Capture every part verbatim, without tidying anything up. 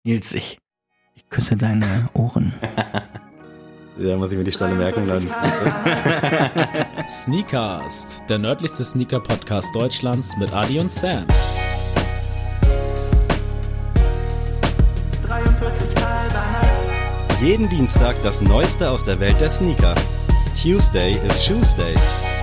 Nils, ich, ich küsse deine Ohren. Ja, muss ich mir die Stelle merken. Dann. Sneakcast, der nördlichste Sneaker-Podcast Deutschlands mit Adi und Sam. Jeden Dienstag das Neueste aus der Welt der Sneaker. Tuesday is Shoesday.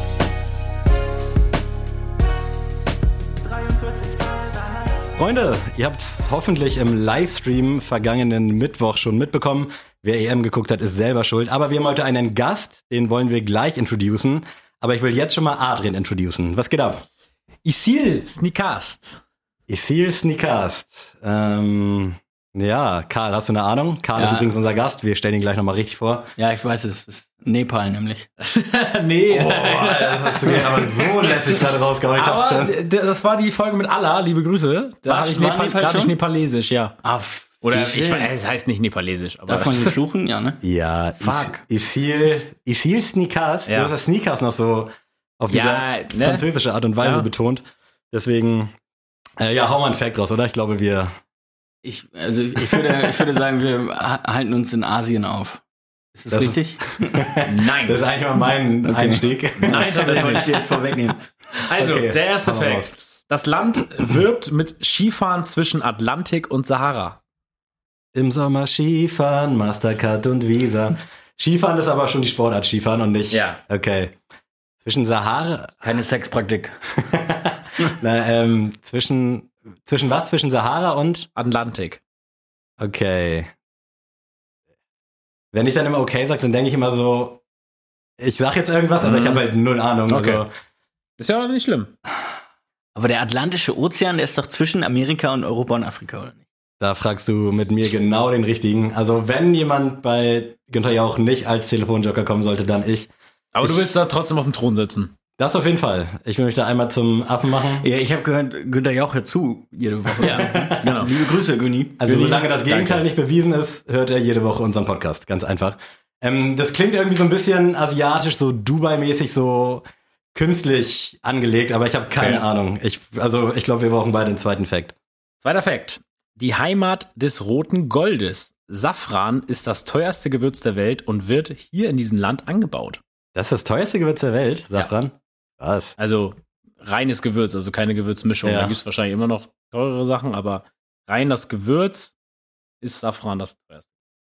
Freunde, ihr habt hoffentlich im Livestream vergangenen Mittwoch schon mitbekommen. Wer E M geguckt hat, ist selber schuld. Aber wir haben heute einen Gast, den wollen wir gleich introducen. Aber ich will jetzt schon mal Adrian introducen. Was geht ab? Isil Sneakcast. Isil Sneakcast. Ähm, ja, Karl, hast du eine Ahnung? Karl Ja. ist übrigens unser Gast. Wir stellen ihn gleich nochmal richtig vor. Ja, ich weiß, es ist Nepal nämlich. nee. Oh, das hast du mir aber so lässig gerade rausgehauen. Ich dachte Aber schon. d- das war die Folge mit Allah, liebe Grüße. Da Was, hatte ich, war Nepal, Nepal da hatte ich schon? Nepalesisch, ja. Ah, Oder wie ich schön. weiß, es heißt nicht Nepalesisch, aber Darf man hier fluchen? Ja, ne? Ja, Fuck. Isil, Isil Sneakers. Ja. Du hast das Sneakers noch so auf diese Ja, ne? französische Art und Weise Ja. betont. Deswegen, äh, ja, hau mal einen Fact raus, oder? Ich glaube, wir... Ich, also ich würde, ich würde sagen, wir ha- halten uns in Asien auf. Ist das, Das ist- richtig? Nein. Das ist eigentlich mal mein Okay. Einstieg. Nein, Das wollte ich tatsächlich. dir jetzt vorwegnehmen. Also, Okay, der erste hau mal Fact. Das Land wirbt mit Skifahren zwischen Atlantik und Sahara. Im Sommer Skifahren, Mastercard und Visa. Skifahren ist aber schon die Sportart Skifahren und nicht... Ja. Okay. Zwischen Sahara... Keine Sexpraktik. Na, ähm, zwischen... Zwischen was? Zwischen Sahara und... Atlantik. Okay. Wenn ich dann immer okay sage, dann denke ich immer so... Ich sag jetzt irgendwas, aber Mhm. ich habe halt null Ahnung. Okay. Also, Ist ja nicht schlimm. Aber der Atlantische Ozean, der ist doch zwischen Amerika und Europa und Afrika, oder nicht? da fragst du mit mir genau den richtigen. Also wenn jemand bei Günther Jauch nicht als Telefonjoker kommen sollte, dann ich. Aber Ich- du willst da trotzdem auf dem Thron sitzen. Das auf jeden Fall. Ich will mich da einmal zum Affen machen. Ja, ich habe gehört, Günther Jauch hört zu jede Woche. Ja, genau. Liebe Grüße, Günni. Also Günni. solange das Gegenteil Danke. nicht bewiesen ist, hört er jede Woche unseren Podcast. Ganz einfach. Ähm, das klingt irgendwie so ein bisschen asiatisch, so Dubai-mäßig, so künstlich angelegt, aber ich habe keine Okay. Ahnung. Ich, also ich glaube, wir brauchen beide den zweiten Fact. Zweiter Fakt. Die Heimat des roten Goldes. Safran ist das teuerste Gewürz der Welt und wird hier in diesem Land angebaut. Das ist das teuerste Gewürz der Welt, Safran? Was? Also reines Gewürz, also keine Gewürzmischung. Ja. Da gibt es wahrscheinlich immer noch teurere Sachen, aber rein das Gewürz ist Safran das teuerste.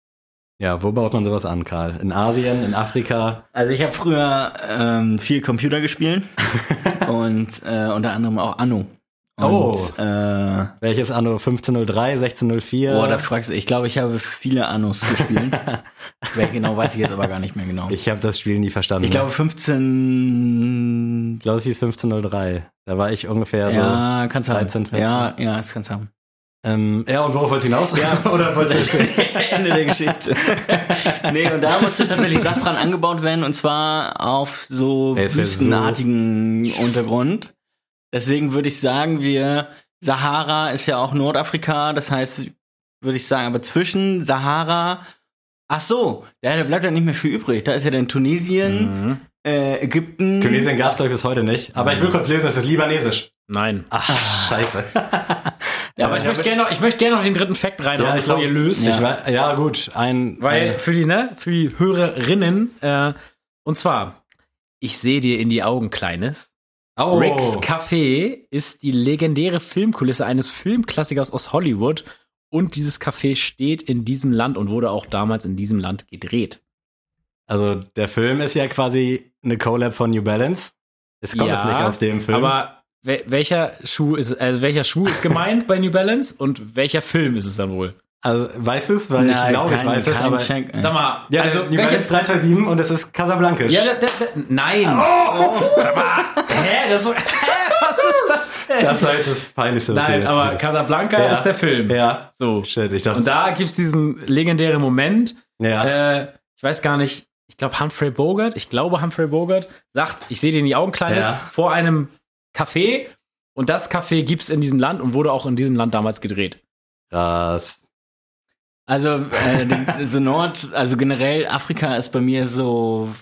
Ja, wo baut man sowas an, Karl? In Asien, in Afrika? Also ich habe früher ähm, viel Computer gespielt und äh, unter anderem auch Anno. Und, Oh. Äh, Welches Anno? fünfzehn null drei, sechzehn null vier? boah, da fragst du, ich glaube, ich habe viele Annos gespielt. Wer genau, weiß ich jetzt aber gar nicht mehr genau. Ich habe das Spiel nie verstanden. Ich glaube fünfzehn. ich glaube, es hieß fünfzehn null drei. Da war ich ungefähr Ja, kannst du haben. dreizehn, vierzehn. Ja, ja, das kannst du haben. so. Ähm, ja, und worauf wolltest du hinaus? Ja. Oder wolltest du Ende der Geschichte. Nee, und da musste tatsächlich Safran angebaut werden, und zwar auf so Ey, es wär wüstenartigen Untergrund. Deswegen würde ich sagen, wir, Sahara ist ja auch Nordafrika, das heißt, würde ich sagen, aber zwischen Sahara, ach so, ja, da bleibt ja nicht mehr viel übrig. Da ist ja dann Tunesien, Mhm. äh, Ägypten. Tunesien gab es, glaube ich, bis heute nicht. Aber ich will kurz lesen, es ist libanesisch. Nein. Ach, scheiße. Ja, aber ich möchte gerne noch, ich möchte gerne noch den dritten Fakt reinhauen, Ja, ich bevor glaub, ihr löst. Ich war, ja, gut. Ein, Weil ein, für die, ne, für die Hörerinnen, äh, und zwar, ich sehe dir in die Augen, Kleines. oh, Rick's Café ist die legendäre Filmkulisse eines Filmklassikers aus Hollywood, und dieses Café steht in diesem Land und wurde auch damals in diesem Land gedreht. also der Film ist ja quasi eine Collab von New Balance. Es kommt Ja, jetzt nicht aus dem Film. Aber wel- welcher Schuh ist, also welcher Schuh ist gemeint bei New Balance und welcher Film ist es dann wohl? also weißt du es? Weil ich Nein, glaube, ich kein- weiß es, kein aber... Check. Sag mal, Ja, also also New welche, Balance drei zwei sieben und es ist Casablanca. ja, da, da, da, nein. Sag mal, hä, das so, hä, was ist das denn? Das war jetzt das Peinlichste, was wir Nein, jetzt aber hier- Casablanca Ja. ist der Film. Ja, So. shit, ich dachte... Und da gibt's diesen legendären Moment. ja. Äh, ich weiß gar nicht, ich glaube Humphrey Bogart, ich glaube Humphrey Bogart sagt, ich sehe dir in die Augen, Kleines, Ja. vor einem Café. Und das Café gibt's in diesem Land und wurde auch in diesem Land damals gedreht. Krass. Also, äh, die- so Nord, also generell Afrika ist bei mir so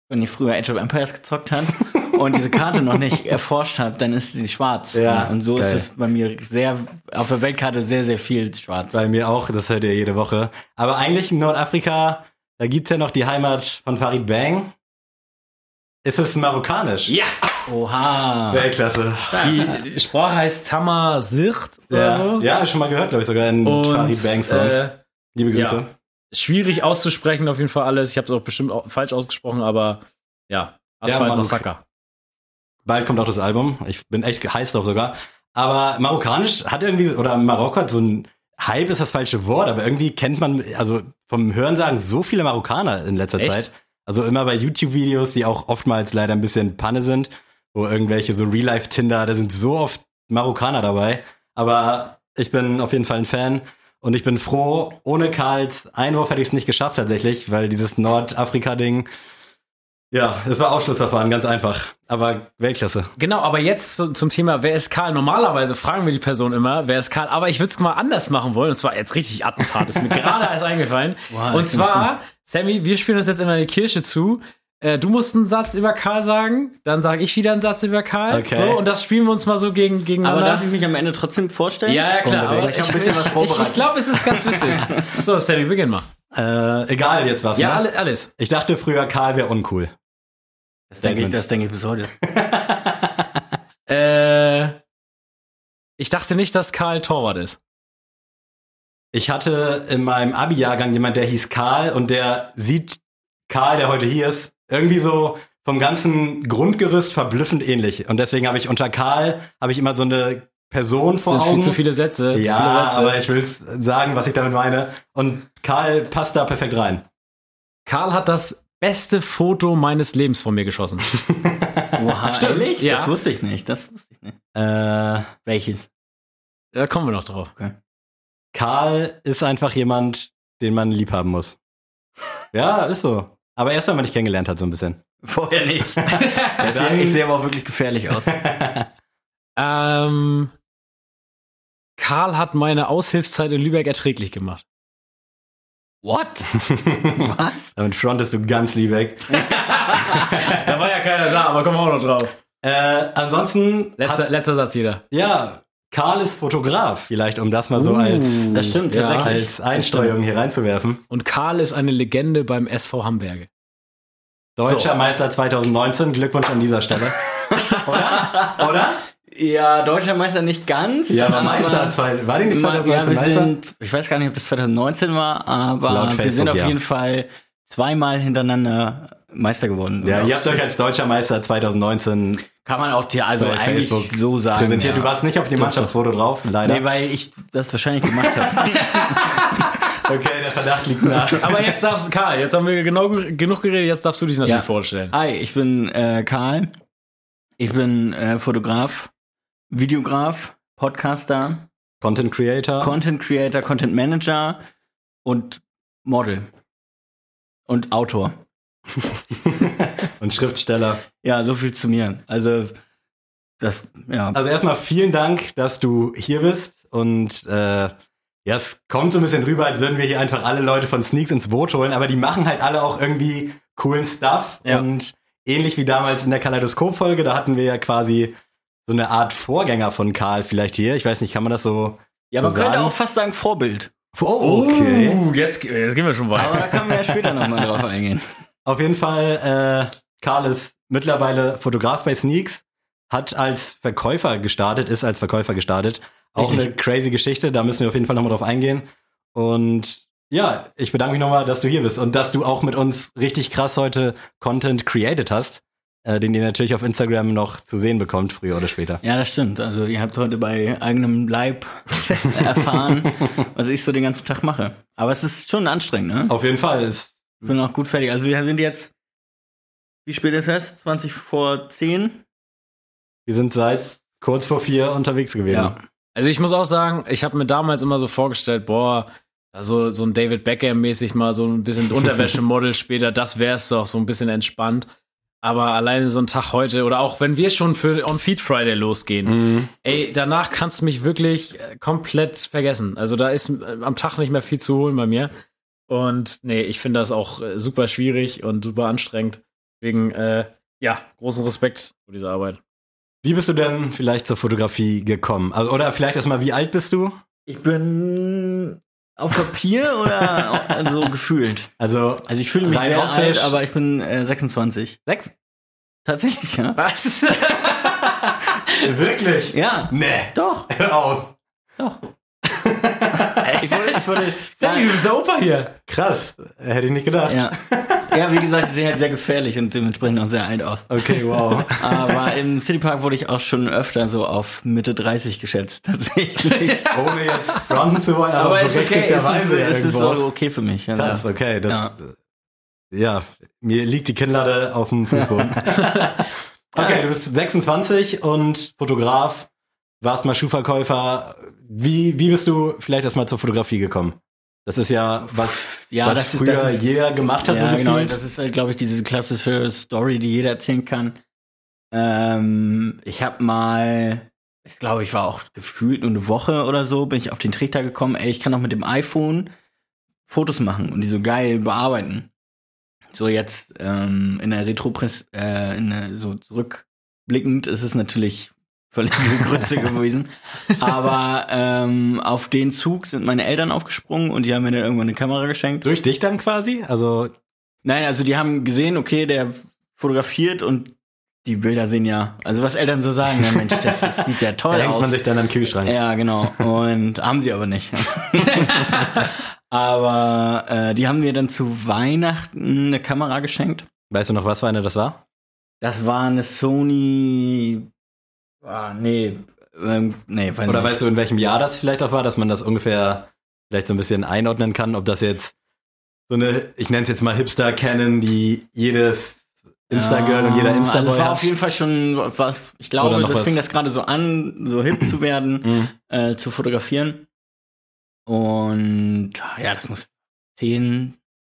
wenn ich früher Age of Empires gezockt habe und diese Karte noch nicht erforscht habe, dann ist sie schwarz. Ja, und so geil. ist es bei mir sehr, auf der Weltkarte sehr, sehr viel schwarz. Bei mir auch, das hört ihr jede Woche. Aber eigentlich in Nordafrika, da gibt's ja noch die Heimat von Farid Bang. Ist es marokkanisch? Ja! Oha. Weltklasse. Die Sprache heißt Tamazight oder Ja, so. ja, schon mal gehört, glaube ich, sogar in Und, Farid Bang Songs. äh, Liebe Grüße. ja. Schwierig auszusprechen auf jeden Fall alles. Ich habe es auch bestimmt auch falsch ausgesprochen, aber ja, Asphalt Marok- Osaka. Bald kommt auch das Album. Ich bin echt heiß drauf sogar. Aber marokkanisch hat irgendwie, oder Marokko hat so ein Hype ist das falsche Wort, aber irgendwie kennt man, also vom Hörensagen so viele Marokkaner in letzter Echt? Zeit. Also immer bei YouTube-Videos, die auch oftmals leider ein bisschen Panne sind, wo irgendwelche so Real-Life-Tinder, da sind so oft Marokkaner dabei. Aber ich bin auf jeden Fall ein Fan und ich bin froh, ohne Karls Einwurf hätte ich es nicht geschafft tatsächlich, weil dieses Nordafrika-Ding, ja, es war Ausschlussverfahren, ganz einfach. Aber Weltklasse. Genau, aber jetzt zu, zum Thema, wer ist Karl? Normalerweise fragen wir die Person immer, wer ist Karl? Aber ich würde es mal anders machen wollen. Und zwar jetzt richtig Attentat, ist mir gerade erst eingefallen. Wow, und ich find's zwar, Sammy, wir spielen uns jetzt immer eine Kirche zu. Äh, du musst einen Satz über Karl sagen, dann sage ich wieder einen Satz über Karl. Okay. So, und das spielen wir uns mal so gegen, Aber gegeneinander. darf ich mich am Ende trotzdem vorstellen? Ja, ja, klar. Unbedingt. Aber Ich ich, hab ein bisschen ich, was ich, vorbereitet. ich glaube, es ist ganz witzig. So, Sammy, beginn mal. Äh, egal jetzt was, Ja, ne? alle- alles. Ich dachte früher, Karl wäre uncool. Das denke ich, Statement. das denke ich bis heute. Äh, ich dachte nicht, dass Karl Torwart ist. Ich hatte in meinem Abi-Jahrgang jemand, der hieß Karl und der sieht Karl, der heute hier ist, irgendwie so vom ganzen Grundgerüst verblüffend ähnlich. Und deswegen habe ich unter Karl habe ich immer so eine Person vor Sind Augen. viel zu viele Sätze. ja, zu viele Sätze. aber ich will sagen, was ich damit meine. Und Karl passt da perfekt rein. Karl hat das beste Foto meines Lebens von mir geschossen. Oha, ehrlich? Ja. Das wusste ich nicht. Das wusste ich nicht. Äh, Welches? Da kommen wir noch drauf. Karl ist einfach jemand, den man lieb haben muss. Ja, ist so. Aber erst, wenn man dich kennengelernt hat, so ein bisschen. Vorher nicht. ich sehe ich sehe aber auch wirklich gefährlich aus. Ähm, Karl hat meine Aushilfszeit in Lübeck erträglich gemacht. What? Was? Damit frontest du ganz Lübeck. Da war ja keiner da, aber kommen wir auch noch drauf. Äh, ansonsten, Letzter, hast, letzter Satz jeder. ja, Karl ist Fotograf, vielleicht, um das mal so Uh, als, Das stimmt, Ja. tatsächlich. als Einstreuung hier reinzuwerfen. Und Karl ist eine Legende beim S V Hamburge. Deutscher So. Meister zwanzig neunzehn, Glückwunsch an dieser Stelle. Oder? Oder? Ja, deutscher Meister nicht ganz. Ja, war aber- Meister, zwei, war die nicht Ja, zwanzig neunzehn wir Meister? sind, ich weiß gar nicht, ob das zwanzig neunzehn war, aber Laut wir Facebook, sind auf ja. jeden Fall zweimal hintereinander Meister geworden. Ja, Oder? ihr habt euch als Deutscher Meister zwanzig neunzehn Kann man auch dir also bei eigentlich Facebook so sagen. präsentiert. ja. Du warst nicht auf dem Mannschaftsfoto drauf, leider. Nee, weil ich das wahrscheinlich gemacht habe. Okay, der Verdacht liegt nah. Aber jetzt darfst du, Karl, jetzt haben wir genau, genug geredet, jetzt darfst du dich natürlich Ja. vorstellen. Hi, ich bin äh, Karl. Ich bin äh, Fotograf, Videograf, Podcaster, Content Creator. Content Creator, Content Manager und Model. Und Autor. Und Schriftsteller. Ja, so viel zu mir. Also, das, ja. Also erstmal vielen Dank, dass du hier bist und äh, ja, es kommt so ein bisschen rüber, als würden wir hier einfach alle Leute von Sneaks ins Boot holen, aber die machen halt alle auch irgendwie coolen Stuff Ja. und ähnlich wie damals in der Kaleidoskop-Folge, da hatten wir ja quasi so eine Art Vorgänger von Karl vielleicht hier. Ich weiß nicht, kann man das so Ja, so man könnte sagen? auch fast sagen Vorbild. Oh, okay. Uh, jetzt, jetzt gehen wir schon Aber weiter. da können wir ja später nochmal drauf eingehen. Auf jeden Fall, äh, Karl ist mittlerweile Fotograf bei Sneaks, hat als Verkäufer gestartet, ist als Verkäufer gestartet. Auch Richtig. eine crazy Geschichte, da müssen wir auf jeden Fall nochmal drauf eingehen. Und ja, ich bedanke mich nochmal, dass du hier bist und dass du auch mit uns richtig krass heute Content created hast, äh, den ihr natürlich auf Instagram noch zu sehen bekommt, früher oder später. Ja, das stimmt. Also ihr habt heute bei eigenem Leib erfahren, was ich so den ganzen Tag mache. Aber es ist schon anstrengend, ne? Auf jeden Fall. Ist, Ich bin auch gut fertig. Also wir sind jetzt, wie spät ist es? zwanzig vor zehn? wir sind seit kurz vor vier unterwegs gewesen. Ja. Also ich muss auch sagen, ich habe mir damals immer so vorgestellt, boah, also so ein David Beckham-mäßig mal so ein bisschen Unterwäschemodel später, das wär's doch, so ein bisschen entspannt. Aber alleine so ein Tag heute, oder auch wenn wir schon für On Feed Friday losgehen, Mhm. ey, danach kannst du mich wirklich äh, komplett vergessen. Also da ist äh, am Tag nicht mehr viel zu holen bei mir. Und nee, ich finde das auch äh, super schwierig und super anstrengend. Deswegen, äh, ja, großen Respekt für diese Arbeit. Wie bist du denn vielleicht zur Fotografie gekommen? Also, oder vielleicht erstmal, wie alt bist du? Ich bin auf Papier oder also gefühlt? Also, Also ich fühle mich rein sehr optisch- alt, aber ich bin äh, sechsundzwanzig. Sechs? Tatsächlich, ja. Was? Wirklich? Ja, Nee. doch, Hör auf. doch. ich wollte, ich wollte Sammy, du bist der Opa hier. Krass. Hätte ich nicht gedacht. ja. ja, wie gesagt, sie sehen halt sehr gefährlich und dementsprechend auch sehr alt aus. Okay, wow. Aber im Citypark wurde ich auch schon öfter so auf Mitte dreißig geschätzt, tatsächlich. Ohne jetzt fronten zu wollen, aber, Aber ist okay, es ist, berechtigterweise es ist irgendwo. auch okay für mich. Also. Krass, okay. Das, Ja. ja. mir liegt die Kinnlade auf dem Fußboden. Okay, du bist sechsundzwanzig und Fotograf, warst mal Schuhverkäufer. Wie, wie bist du vielleicht erstmal zur Fotografie gekommen? Das ist ja was, Ja, was das ist- früher das ist- jeder gemacht hat, Ja, so genau. gefühlt. Das ist, halt, glaube ich, diese klassische Story, die jeder erzählen kann. Ähm, ich habe mal, ich glaube, ich war auch gefühlt nur eine Woche oder so, bin ich auf den Trichter gekommen, ey, ich kann auch mit dem iPhone Fotos machen und die so geil bearbeiten. So jetzt ähm, in der Retro-Press, äh, in der, so zurückblickend ist es natürlich völlig Grütze gewesen. Aber ähm, auf den Zug sind meine Eltern aufgesprungen und die haben mir dann irgendwann eine Kamera geschenkt. Durch dich dann quasi? Also, Nein, also die haben gesehen, okay, der fotografiert und die Bilder sehen ja, also was Eltern so sagen, ja Mensch, das, das sieht ja toll da hängt aus. man sich dann am Kühlschrank. Ja, genau. Und haben sie aber nicht. aber äh, die haben mir dann zu Weihnachten eine Kamera geschenkt. Weißt du noch, was für eine das war? Das war eine Sony. Ah, nee. Ähm, nee, weiß Oder nicht. weißt du, in welchem Jahr das vielleicht auch war, dass man das ungefähr vielleicht so ein bisschen einordnen kann, ob das jetzt so eine, ich nenne es jetzt mal Hipster-Canon, die jedes Insta-Girl und jeder Insta-Boy Also es war hat. auf jeden Fall schon was, ich glaube, Oder noch das was- fing das gerade so an, so hip zu werden, Mhm. äh, zu fotografieren. Und ja, das muss zehn,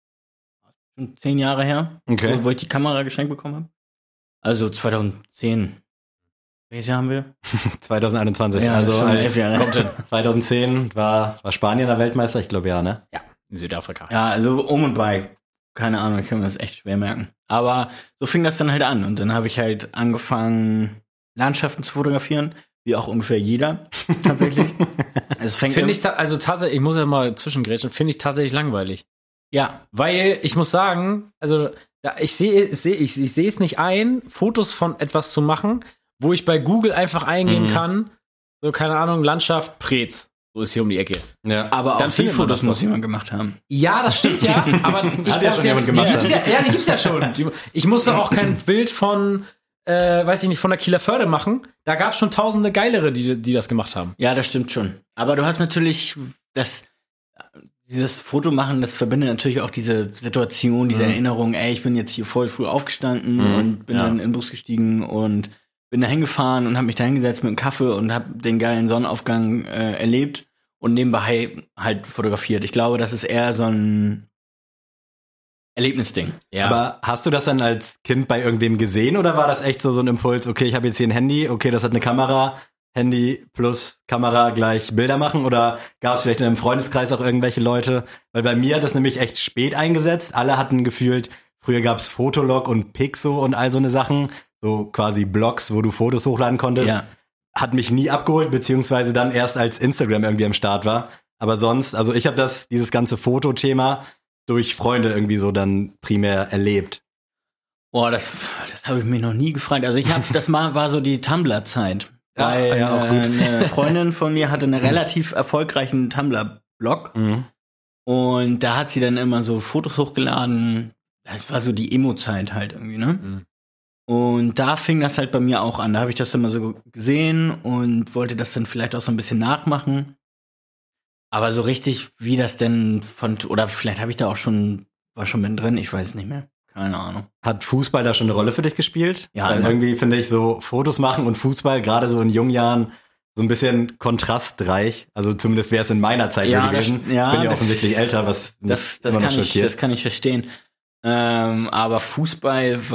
zehn Jahre her, Okay. wo, wo ich die Kamera geschenkt bekommen habe. Also zweitausendzehn. Welches Jahr haben wir? zwanzig einundzwanzig. Ja, also schon als, elf Jahre. kommt hin. zweitausendzehn war, war Spanien der Weltmeister, ich glaube ja, ne? In Südafrika. Ja, also um und bei. Keine Ahnung, ich kann mir das echt schwer merken. Aber so fing das dann halt an. Und dann habe ich halt angefangen, Landschaften zu fotografieren, wie auch ungefähr jeder, tatsächlich. Es fängt Finde im- ich, ta- also tatsächlich, ich muss ja mal zwischengrätschen, finde ich tatsächlich langweilig. ja, Weil ich muss sagen, also da, ich sehe ich sehe ich, ich sehe es nicht ein, Fotos von etwas zu machen, wo ich bei Google einfach eingeben Mhm. kann, so keine Ahnung, Landschaft Preetz, so ist hier um die Ecke. Ja. aber Dann auch die findet man Fotos das muss doch. jemand gemacht haben. Ja, das stimmt ja, aber ich Hat ja brauch's schon jemand die gemacht. gibt's ja, ja, die gibt's ja schon. Die, ich muss doch auch kein Bild von, äh, weiß ich nicht, von der Kieler Förde machen. Da gab's schon tausende geilere, die, die das gemacht haben. Ja, das stimmt schon. Aber du hast natürlich das, dieses Foto machen, das verbindet natürlich auch diese Situation, diese Mhm. Erinnerung, ey, ich bin jetzt hier voll früh aufgestanden Mhm, und bin ja. dann in den Bus gestiegen und bin da hingefahren und habe mich da hingesetzt mit einem Kaffee und habe den geilen Sonnenaufgang äh, erlebt und nebenbei halt fotografiert. Ich glaube, das ist eher so ein Erlebnisding. Ja. Aber hast du das dann als Kind bei irgendwem gesehen oder war das echt so, so ein Impuls, okay, ich habe jetzt hier ein Handy, okay, das hat eine Kamera, Handy plus Kamera gleich Bilder machen oder gab es vielleicht in einem Freundeskreis auch irgendwelche Leute? Weil bei mir hat das nämlich echt spät eingesetzt. Alle hatten gefühlt, früher gab es Fotolog und Pixo und all so eine Sachen, so quasi Blogs, wo du Fotos hochladen konntest. Ja. Hat mich nie abgeholt, beziehungsweise dann erst als Instagram irgendwie am Start war. Aber sonst, also ich habe das, dieses ganze Fotothema durch Freunde irgendwie so dann primär erlebt. Boah, das, das habe ich mich noch nie gefragt. Also ich habe, das mal war so die Tumblr-Zeit. Ja, Weil ja, auch äh, gut. eine Freundin von mir hatte einen relativ erfolgreichen Tumblr-Blog Mhm. und da hat sie dann immer so Fotos hochgeladen. Das war so die Emo-Zeit halt irgendwie, ne? Mhm. Und da fing das halt bei mir auch an. Da habe ich das immer so gesehen und wollte das dann vielleicht auch so ein bisschen nachmachen. Aber so richtig, wie das denn von, oder vielleicht habe ich da auch schon, war schon mit drin, ich weiß nicht mehr. Keine Ahnung. Hat Fußball da schon eine Rolle für dich gespielt? Ja, Weil immer. irgendwie finde ich so Fotos machen und Fußball, gerade so in jungen Jahren, so ein bisschen kontrastreich. Also zumindest wäre es in meiner Zeit Ja, so gewesen. das- ja, Bin ja das- offensichtlich älter, was mich Das, das, immer noch kann ich, schockiert. das kann ich verstehen. Ähm, aber Fußball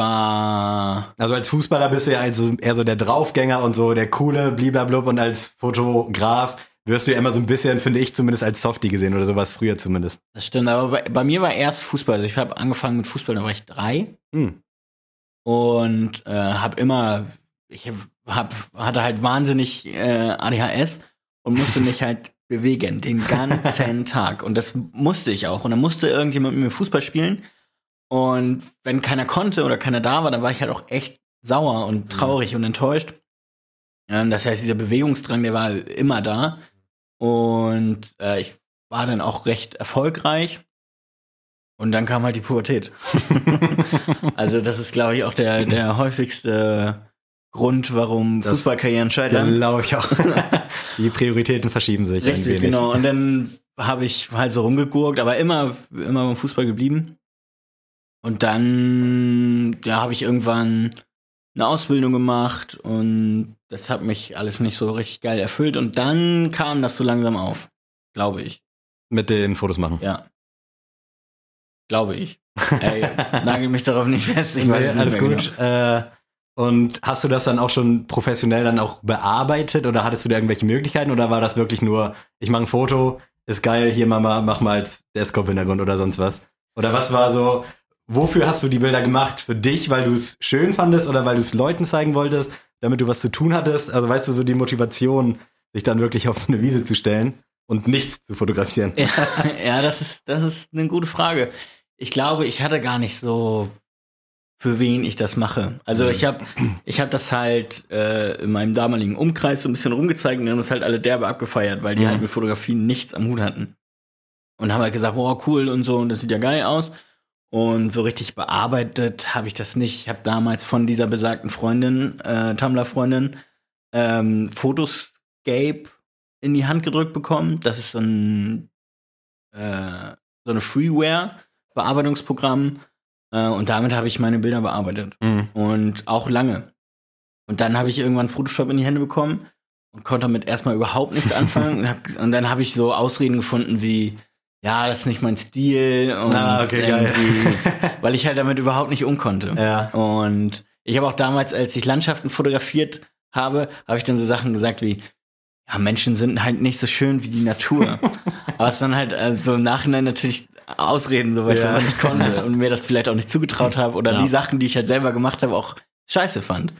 war. Also als Fußballer bist du ja also eher so der Draufgänger und so der coole bliblablub und als Fotograf wirst du ja immer so ein bisschen, finde ich zumindest, als Softie gesehen oder sowas früher zumindest. Das stimmt, aber bei, bei mir war erst Fußball. Also ich habe angefangen mit Fußball, da war ich drei. Hm. und äh, habe immer, ich hab, hatte halt wahnsinnig äh, A D H S und musste mich halt bewegen den ganzen Tag. Und das musste ich auch. Und dann musste irgendjemand mit mir Fußball spielen. Und wenn keiner konnte oder keiner da war, dann war ich halt auch echt sauer und traurig mhm. und enttäuscht. Ähm, das heißt, dieser Bewegungsdrang, der war immer da. Und äh, ich war dann auch recht erfolgreich. Und dann kam halt die Pubertät. Also das ist, glaube ich, auch der, der häufigste Grund, warum das Fußballkarrieren scheitern. Glaube ich auch. Die Prioritäten verschieben sich. Richtig, ein wenig. Genau. Und dann habe ich halt so rumgegurkt, aber immer, immer beim Fußball geblieben. Und dann, ja, habe ich irgendwann eine Ausbildung gemacht und das hat mich alles nicht so richtig geil erfüllt. Und dann kam das so langsam auf, glaube ich. Mit den Fotos machen? Ja. Glaube ich. Ey, nagel mich darauf nicht fest. Ich weiß nee, es nicht alles mehr gut. Genau. Äh, und hast du das dann auch schon professionell dann auch bearbeitet oder hattest du da irgendwelche Möglichkeiten oder war das wirklich nur, ich mache ein Foto, ist geil, hier Mama, mach mal als Desktop-Hintergrund oder sonst was? Oder was war so, wofür hast du die Bilder gemacht? Für dich, weil du es schön fandest oder weil du es Leuten zeigen wolltest, damit du was zu tun hattest? Also weißt du, so die Motivation, sich dann wirklich auf so eine Wiese zu stellen und nichts zu fotografieren. Ja, ja, das ist, das ist eine gute Frage. Ich glaube, ich hatte gar nicht so, für wen ich das mache. Also ich habe ich hab das halt äh, in meinem damaligen Umkreis so ein bisschen rumgezeigt und dann haben das halt alle derbe abgefeiert, weil die mhm. halt mit Fotografie nichts am Hut hatten. Und haben halt gesagt, wow, cool und so, und das sieht ja geil aus. Und so richtig bearbeitet habe ich das nicht. Ich habe damals von dieser besagten Freundin, äh, Tumblr-Freundin, ähm, Photoscape in die Hand gedrückt bekommen. Das ist so ein äh, so eine Freeware-Bearbeitungsprogramm. Äh, und damit habe ich meine Bilder bearbeitet. Mhm. Und auch lange. Und dann habe ich irgendwann Photoshop in die Hände bekommen und konnte damit erstmal überhaupt nichts anfangen. und, hab, und dann habe ich so Ausreden gefunden wie, ja, das ist nicht mein Stil. Und ah, okay, geil. Weil ich halt damit überhaupt nicht um konnte. Ja. Und ich habe auch damals, als ich Landschaften fotografiert habe, habe ich dann so Sachen gesagt wie, ja, Menschen sind halt nicht so schön wie die Natur. Aber es ist dann halt also im Nachhinein natürlich Ausreden, so weil ich das nicht konnte und mir das vielleicht auch nicht zugetraut habe oder ja. die Sachen, die ich halt selber gemacht habe, auch scheiße fand.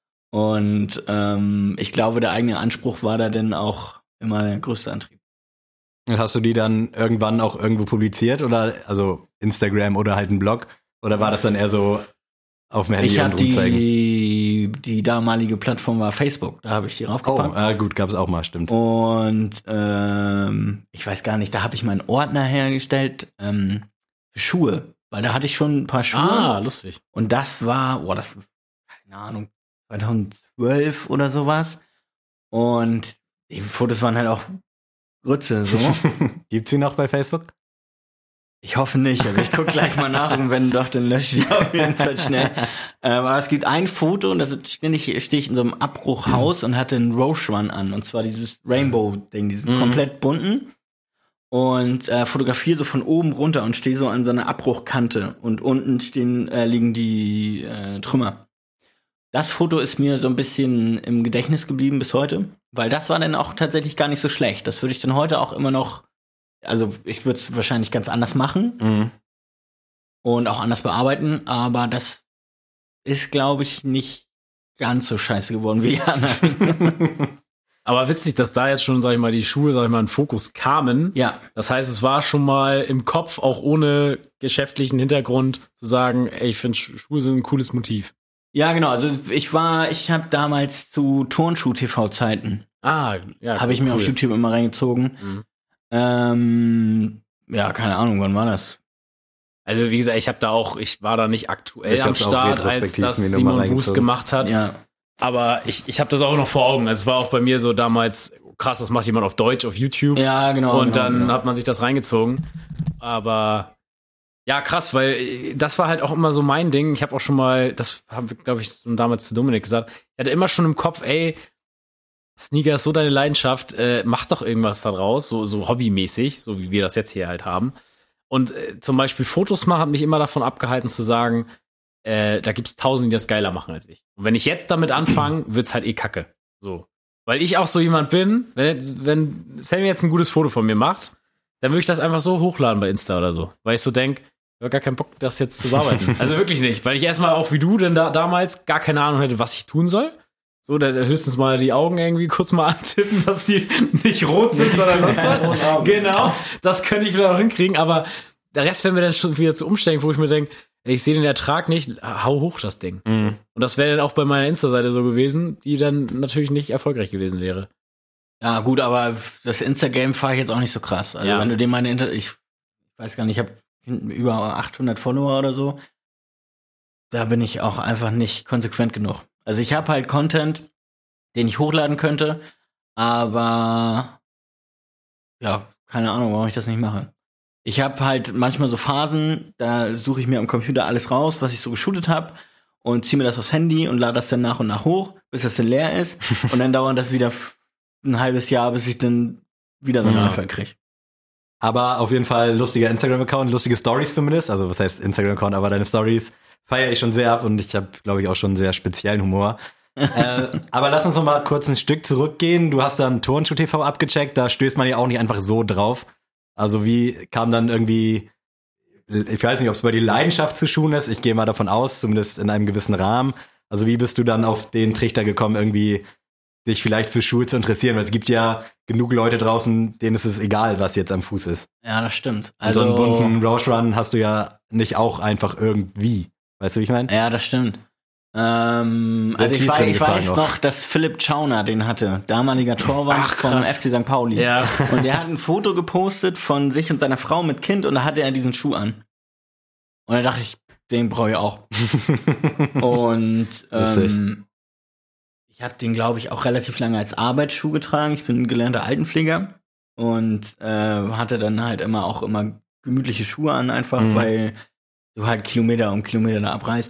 Und ähm, ich glaube, der eigene Anspruch war da dann auch immer der größte Antrieb. Und hast du die dann irgendwann auch irgendwo publiziert oder also Instagram oder halt ein Blog? Oder war das dann eher so auf dem Handy ich und umzeigen? Die, die damalige Plattform war Facebook, da habe ich die raufgepackt. Oh, äh, gut, gab es auch mal, stimmt. Und ähm, ich weiß gar nicht, da habe ich meinen Ordner hergestellt ähm, für Schuhe, weil da hatte ich schon ein paar Schuhe. Ah, lustig. Und das war, boah, das, keine Ahnung, zweitausendzwölf oder sowas. Und die Fotos waren halt auch Grütze, so. Gibt's die noch bei Facebook? Ich hoffe nicht, also ich gucke gleich mal nach und wenn doch, dann lösche ich die auf jeden Fall schnell. Ähm, aber es gibt ein Foto und das ist ständig, stehe ich in so einem Abbruchhaus mhm. und hatte einen Roche Run an und zwar dieses Rainbow-Ding, diesen mhm. komplett bunten und äh, fotografiere so von oben runter und stehe so an so einer Abbruchkante und unten stehen äh, liegen die äh, Trümmer. Das Foto ist mir so ein bisschen im Gedächtnis geblieben bis heute, weil das war dann auch tatsächlich gar nicht so schlecht. Das würde ich dann heute auch immer noch, also ich würde es wahrscheinlich ganz anders machen mhm. und auch anders bearbeiten, aber das ist, glaube ich, nicht ganz so scheiße geworden wie die anderen. Aber witzig, dass da jetzt schon, sag ich mal, die Schuhe, sag ich mal, in Fokus kamen. Ja. Das heißt, es war schon mal im Kopf, auch ohne geschäftlichen Hintergrund, zu sagen, ey, ich finde, Schuhe sind ein cooles Motiv. Ja, genau. Also ich war, ich habe damals zu Turnschuh-T V-Zeiten. Ah, ja. Habe ich mir cool. auf YouTube immer reingezogen. Mhm. Ähm, ja, keine Ahnung, wann war das? Also wie gesagt, ich habe da auch, ich war da nicht aktuell ich am Start, als das Simon Buß gemacht hat. Ja. Aber ich, ich habe das auch noch vor Augen. Also es war auch bei mir so damals, krass, das macht jemand auf Deutsch, auf YouTube. Ja, genau. Und genau, dann genau. hat man sich das reingezogen. Aber ja, krass, weil das war halt auch immer so mein Ding. Ich habe auch schon mal, das haben wir, glaube ich, damals zu Dominik gesagt, ich hatte immer schon im Kopf, ey, Sneaker ist so deine Leidenschaft, äh, mach doch irgendwas da draus, so, so hobbymäßig, so wie wir das jetzt hier halt haben. Und äh, zum Beispiel Fotos machen hat mich immer davon abgehalten zu sagen, äh, da gibt's Tausende, die das geiler machen als ich. Und wenn ich jetzt damit anfange, wird's halt eh kacke. So. Weil ich auch so jemand bin, wenn, jetzt, wenn Sammy jetzt ein gutes Foto von mir macht, dann würde ich das einfach so hochladen bei Insta oder so. Weil ich so denk, habe gar keinen Bock, das jetzt zu bearbeiten. Also wirklich nicht, weil ich erstmal auch wie du denn da, damals gar keine Ahnung hätte, was ich tun soll. So, da höchstens mal die Augen irgendwie kurz mal antippen, dass die nicht rot sind, sondern sonst was. Genau, das könnte ich wieder noch hinkriegen, aber der Rest, wenn wir dann schon wieder zu umsteigen, wo ich mir denke, ich sehe den Ertrag nicht, hau hoch das Ding. Mhm. Und das wäre dann auch bei meiner Insta-Seite so gewesen, die dann natürlich nicht erfolgreich gewesen wäre. Ja, gut, aber das Instagram fahre ich jetzt auch nicht so krass. Also, ja. wenn du dir meine Inter- ich weiß gar nicht, ich habe über achthundert Follower oder so. Da bin ich auch einfach nicht konsequent genug. Also ich habe halt Content, den ich hochladen könnte, aber ja, keine Ahnung, warum ich das nicht mache. Ich habe halt manchmal so Phasen, da suche ich mir am Computer alles raus, was ich so geshootet habe und ziehe mir das aufs Handy und lade das dann nach und nach hoch, bis das dann leer ist und dann dauert das wieder ein halbes Jahr, bis ich dann wieder so einen Ja. Anfall kriege. Aber auf jeden Fall lustiger Instagram-Account, lustige Stories zumindest. Also was heißt Instagram-Account, aber deine Stories feiere ich schon sehr ab und ich habe, glaube ich, auch schon einen sehr speziellen Humor. äh, aber lass uns noch mal kurz ein Stück zurückgehen. Du hast dann Turnschuh T V abgecheckt, da stößt man ja auch nicht einfach so drauf. Also wie kam dann irgendwie, ich weiß nicht, ob es bei dir Leidenschaft zu Schuhen ist, ich gehe mal davon aus, zumindest in einem gewissen Rahmen. Also wie bist du dann auf den Trichter gekommen, irgendwie dich vielleicht für Schuhe zu interessieren? Weil es gibt ja genug Leute draußen, denen ist es egal, was jetzt am Fuß ist. Ja, das stimmt. Also Also so einen bunten Roush Run hast du ja nicht auch einfach irgendwie. Weißt du, wie ich meine? Ja, das stimmt. Ähm, Sehr also ich, weiß, tiefgründige ich weiß Fragen noch, noch. dass Philipp Chauner den hatte, damaliger Torwart Ach, vom krass. F C Sankt Pauli. Ja. Und der hat ein Foto gepostet von sich und seiner Frau mit Kind und da hatte er diesen Schuh an. Und da dachte ich, den brauche ich auch. Und ähm, ich habe den, glaube ich, auch relativ lange als Arbeitsschuh getragen. Ich bin gelernter Altenpfleger und äh, hatte dann halt immer auch immer gemütliche Schuhe an, einfach Mhm. weil du halt Kilometer um Kilometer da abreist.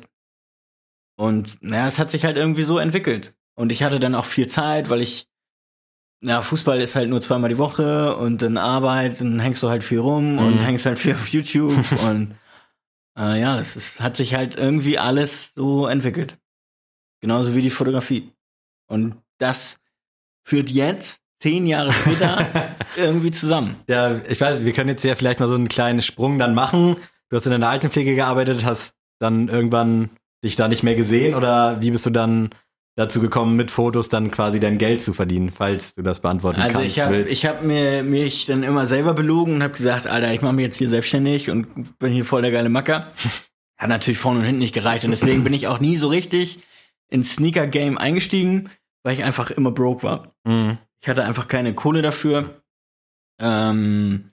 Und naja, es hat sich halt irgendwie so entwickelt. Und ich hatte dann auch viel Zeit, weil ich, ja, Fußball ist halt nur zweimal die Woche und dann Arbeit, dann hängst du halt viel rum und Mhm. hängst halt viel auf YouTube und äh, ja, das ist, hat sich halt irgendwie alles so entwickelt. Genauso wie die Fotografie. Und das führt jetzt, zehn Jahre später, irgendwie zusammen. Ja, ich weiß, wir können jetzt ja vielleicht mal so einen kleinen Sprung dann machen. Du hast in der Altenpflege gearbeitet, hast dann irgendwann dich da nicht mehr gesehen oder wie bist du dann dazu gekommen, mit Fotos dann quasi dein Geld zu verdienen, falls du das beantworten Also kannst, ich habe willst? ich hab mir mich dann immer selber belogen und habe gesagt, Alter, ich mache mich jetzt hier selbstständig und bin hier voll der geile Macker. Hat natürlich vorne und hinten nicht gereicht und deswegen bin ich auch nie so richtig ins Sneaker-Game eingestiegen, weil ich einfach immer broke war. Mhm. Ich hatte einfach keine Kohle dafür. Ähm,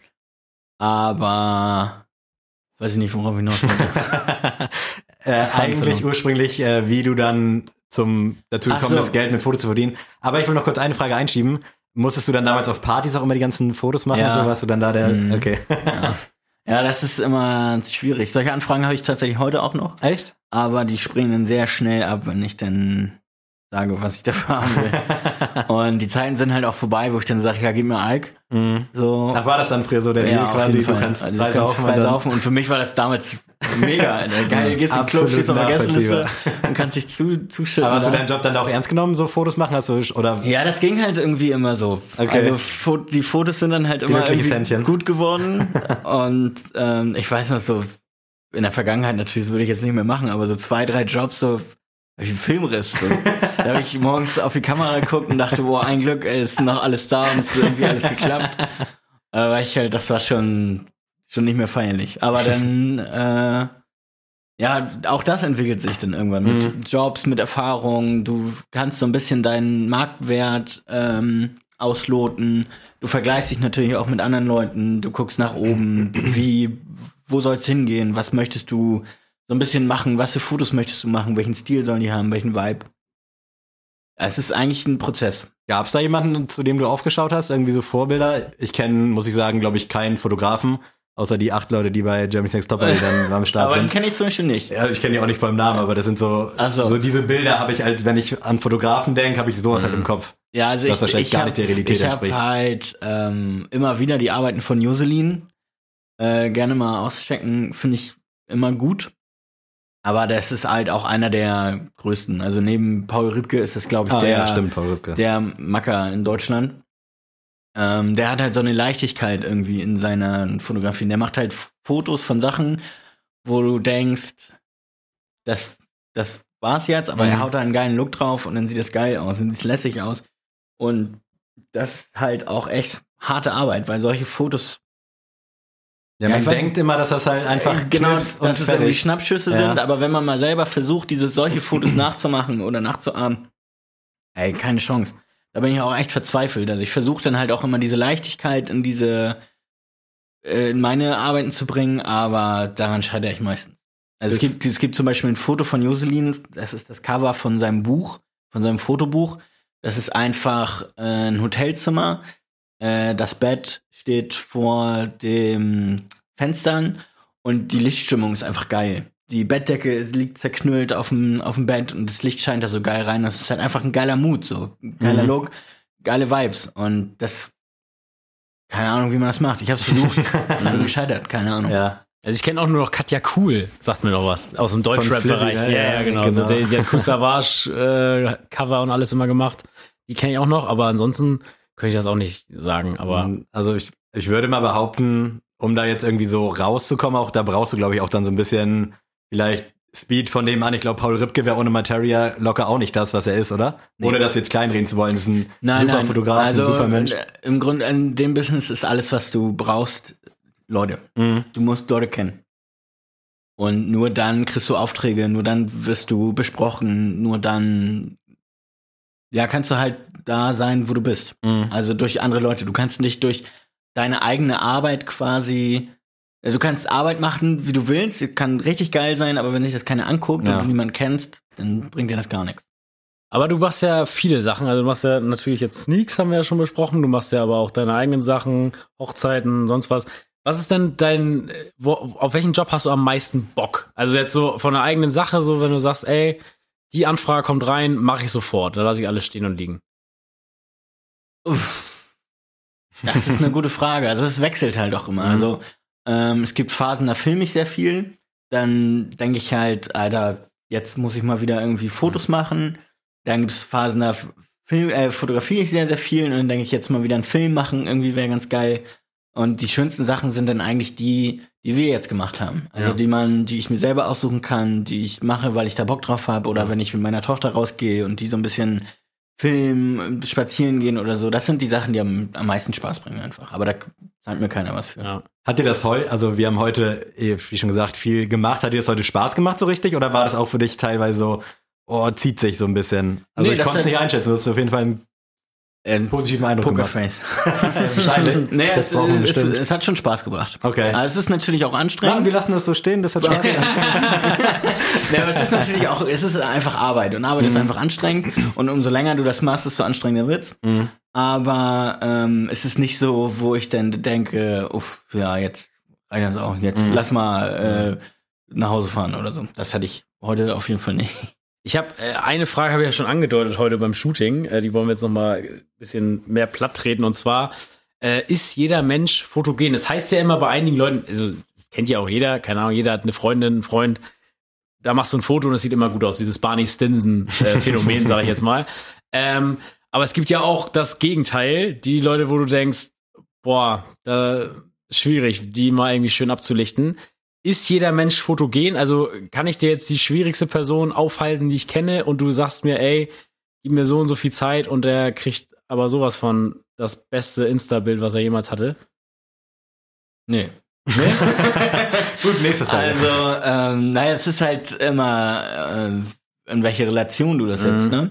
aber weiß ich nicht, worauf ich hinaus wollte. äh, eigentlich verloren. ursprünglich, äh, wie du dann zum dazu Ach gekommen so. bist, Geld mit Fotos zu verdienen. Aber ich will noch kurz eine Frage einschieben. Musstest du dann damals auf Partys auch immer die ganzen Fotos machen? Ja. Und so warst du dann da der, Mhm. okay. Ja. ja, das ist immer schwierig. Solche Anfragen habe ich tatsächlich heute auch noch. Echt? Aber die springen dann sehr schnell ab, wenn ich dann sage, was ich dafür haben will. Und die Zeiten sind halt auch vorbei, wo ich dann sage, ja, gib mir Alk. Mhm. So. Ach, war das dann früher so der Deal Ja, auf quasi? jeden Du Fall. kannst Also, frei du kannst saufen frei und dann- saufen. Und für mich war das damals mega. Alter. Geil, gehst in den Club, Absolut stehst auf der Gästeliste nachvollziehbar. und kannst dich zu, zuschütten. Aber hast du da. deinen Job dann auch ernst genommen, so Fotos machen? Hast du, oder? Ja, das ging halt irgendwie immer so. Okay. Also Fo- die Fotos sind dann halt immer Glückliches irgendwie Händchen. gut geworden. Und ähm, ich weiß noch so, in der Vergangenheit natürlich, das würde ich jetzt nicht mehr machen, aber so zwei, drei Jobs, so hab ich einen Filmriss. So. Da habe ich morgens auf die Kamera geguckt und dachte, boah, ein Glück, ey, ist noch alles da und es ist irgendwie alles geklappt. Aber ich halt, das war schon, schon nicht mehr feierlich. Aber dann, äh, ja, auch das entwickelt sich dann irgendwann mit Mhm. Jobs, mit Erfahrung. Du kannst so ein bisschen deinen Marktwert ähm, ausloten. Du vergleichst dich natürlich auch mit anderen Leuten. Du guckst nach oben. Wie, wo soll's hingehen? Was möchtest du so ein bisschen machen? Was für Fotos möchtest du machen? Welchen Stil sollen die haben? Welchen Vibe? Es ist eigentlich ein Prozess. Gab es da jemanden, zu dem du aufgeschaut hast? Irgendwie so Vorbilder? Ich kenne, muss ich sagen, glaube ich, keinen Fotografen, außer die acht Leute, die bei Germany's Next Topmodel dann am Start Aber den sind. kenne ich zum Beispiel nicht. Ja, ich kenne die auch nicht beim Namen, aber das sind so, Ach so. so diese Bilder habe ich, als wenn ich an Fotografen denke, habe ich sowas halt im Kopf. Ja, also Was ich, wahrscheinlich ich gar hab, nicht der Realität ich hab entspricht. halt ähm, immer wieder die Arbeiten von Joselin äh, gerne mal auschecken, finde ich immer gut. Aber das ist halt auch einer der größten. Also neben Paul Rübke ist das, glaube ich, Ah, der, ja, stimmt, Paul Rübke. der Macker in Deutschland. Ähm, der hat halt so eine Leichtigkeit irgendwie in seiner Fotografie. Der macht halt Fotos von Sachen wo du denkst, das, das war's jetzt, aber mhm. er haut da einen geilen Look drauf und dann sieht es geil aus, dann sieht es lässig aus. Und das ist halt auch echt harte Arbeit, weil solche Fotos. Ja, man ja, denkt weiß, immer, dass das halt einfach genau, dass es fertig. Irgendwie Schnappschüsse ja. sind, aber wenn man mal selber versucht, diese solche Fotos nachzumachen oder nachzuahmen, ey, keine Chance. Da bin ich auch echt verzweifelt. Also ich versuche dann halt auch immer diese Leichtigkeit in diese äh, in meine Arbeiten zu bringen, aber daran scheitere ich meistens. Also es gibt, es gibt zum Beispiel ein Foto von Joselin, das ist das Cover von seinem Buch, von seinem Fotobuch. Das ist einfach äh, ein Hotelzimmer. Äh, das Bett steht vor den Fenstern und die Lichtstimmung ist einfach geil. Die Bettdecke liegt zerknüllt auf dem, auf dem Bett und das Licht scheint da so geil rein. Das ist halt einfach ein geiler Mood, so ein geiler mhm. Look, geile Vibes. Und das, keine Ahnung, wie man das macht. Ich hab's versucht und bin gescheitert, keine Ahnung. Ja. Also ich kenne auch nur noch Katja Cool, sagt mir noch was, aus dem Deutschrap-Bereich. Ja, ja, ja, genau. genau. So, die, die hat Kusavage-Cover äh, und alles immer gemacht. Die kenne ich auch noch, aber ansonsten könnte ich das auch nicht sagen. Aber also ich, ich würde mal behaupten, um da jetzt irgendwie so rauszukommen, auch da brauchst du, glaube ich, auch dann so ein bisschen vielleicht Speed von dem an. Ich glaube, Paul Ripke wäre ohne Materia locker auch nicht das, was er ist, oder? Nee. Ohne das jetzt kleinreden zu wollen. Das ist ein nein, super nein. Fotograf, also, ein super Mensch. Im Grunde in dem Business ist alles, was du brauchst, Leute. Mhm. Du musst Leute kennen. Und nur dann kriegst du Aufträge, nur dann wirst du besprochen, nur dann ja, kannst du halt da sein, wo du bist. Mhm. Also durch andere Leute. Du kannst nicht durch deine eigene Arbeit quasi, also du kannst Arbeit machen, wie du willst, kann richtig geil sein, aber wenn sich das keiner anguckt ja. und du niemanden kennst, dann bringt dir das gar nichts. Aber du machst ja viele Sachen, also du machst ja natürlich jetzt Sneaks, haben wir ja schon besprochen, du machst ja aber auch deine eigenen Sachen, Hochzeiten, sonst was. Was ist denn dein, wo, auf welchen Job hast du am meisten Bock? Also jetzt so von der eigenen Sache, so wenn du sagst, ey, die Anfrage kommt rein, mache ich sofort, da lasse ich alles stehen und liegen. Uff. Das ist eine gute Frage. Also es wechselt halt auch immer. Mhm. Also ähm, es gibt Phasen, da filme ich sehr viel. Dann denke ich halt, Alter, jetzt muss ich mal wieder irgendwie Fotos machen. Dann gibt es Phasen, da film, äh, fotografiere ich sehr, sehr viel. Und dann denke ich, jetzt mal wieder einen Film machen, irgendwie wäre ganz geil. Und die schönsten Sachen sind dann eigentlich die, die wir jetzt gemacht haben. Also ja. die man, die ich mir selber aussuchen kann, die ich mache, weil ich da Bock drauf habe. Oder wenn ich mit meiner Tochter rausgehe und die so ein bisschen Film, spazieren gehen oder so. Das sind die Sachen, die am, am meisten Spaß bringen einfach. Aber da zahlt mir keiner was für. Ja. Hat dir das heute, also wir haben heute, wie schon gesagt, viel gemacht. Hat dir das heute Spaß gemacht so richtig? Oder war das auch für dich teilweise so, oh, zieht sich so ein bisschen? Also nee, ich konnte es nicht einschätzen. Du hast auf jeden Fall einen einen positiven Eindruck Pokerface. Wahrscheinlich. Nee, es, es, es hat schon Spaß gebracht. Okay. Aber es ist natürlich auch anstrengend. Ja, wir lassen das so stehen, das hat Spaß gemacht. Nee, aber es ist natürlich auch, es ist einfach Arbeit. Und Arbeit mhm. ist einfach anstrengend. Und umso länger du das machst, desto anstrengender wird's. Mhm. Aber ähm, es ist nicht so, wo ich dann denke, uff, ja, jetzt reicht das auch. Jetzt mhm. lass mal äh, nach Hause fahren oder so. Das hatte ich heute auf jeden Fall nicht. Ich habe äh, eine Frage habe ich ja schon angedeutet heute beim Shooting. Äh, die wollen wir jetzt noch mal ein bisschen mehr platt treten. Und zwar äh, ist jeder Mensch fotogen. Das heißt ja immer bei einigen Leuten, also das kennt ja auch jeder, keine Ahnung, jeder hat eine Freundin, einen Freund. Da machst du ein Foto und es sieht immer gut aus. Dieses Barney Stinson-Phänomen, äh, sage ich jetzt mal. Ähm, aber es gibt ja auch das Gegenteil. Die Leute, wo du denkst, boah, da schwierig, die mal irgendwie schön abzulichten. Ist jeder Mensch fotogen? Also kann ich dir jetzt die schwierigste Person aufhalsen, die ich kenne, und du sagst mir, ey, gib mir so und so viel Zeit und der kriegt aber sowas von das beste Insta-Bild, was er jemals hatte? Nee. Nee? Gut, nächste Frage. Also, ähm, naja, es ist halt immer, äh, in welche Relation du das setzt, mhm. ne?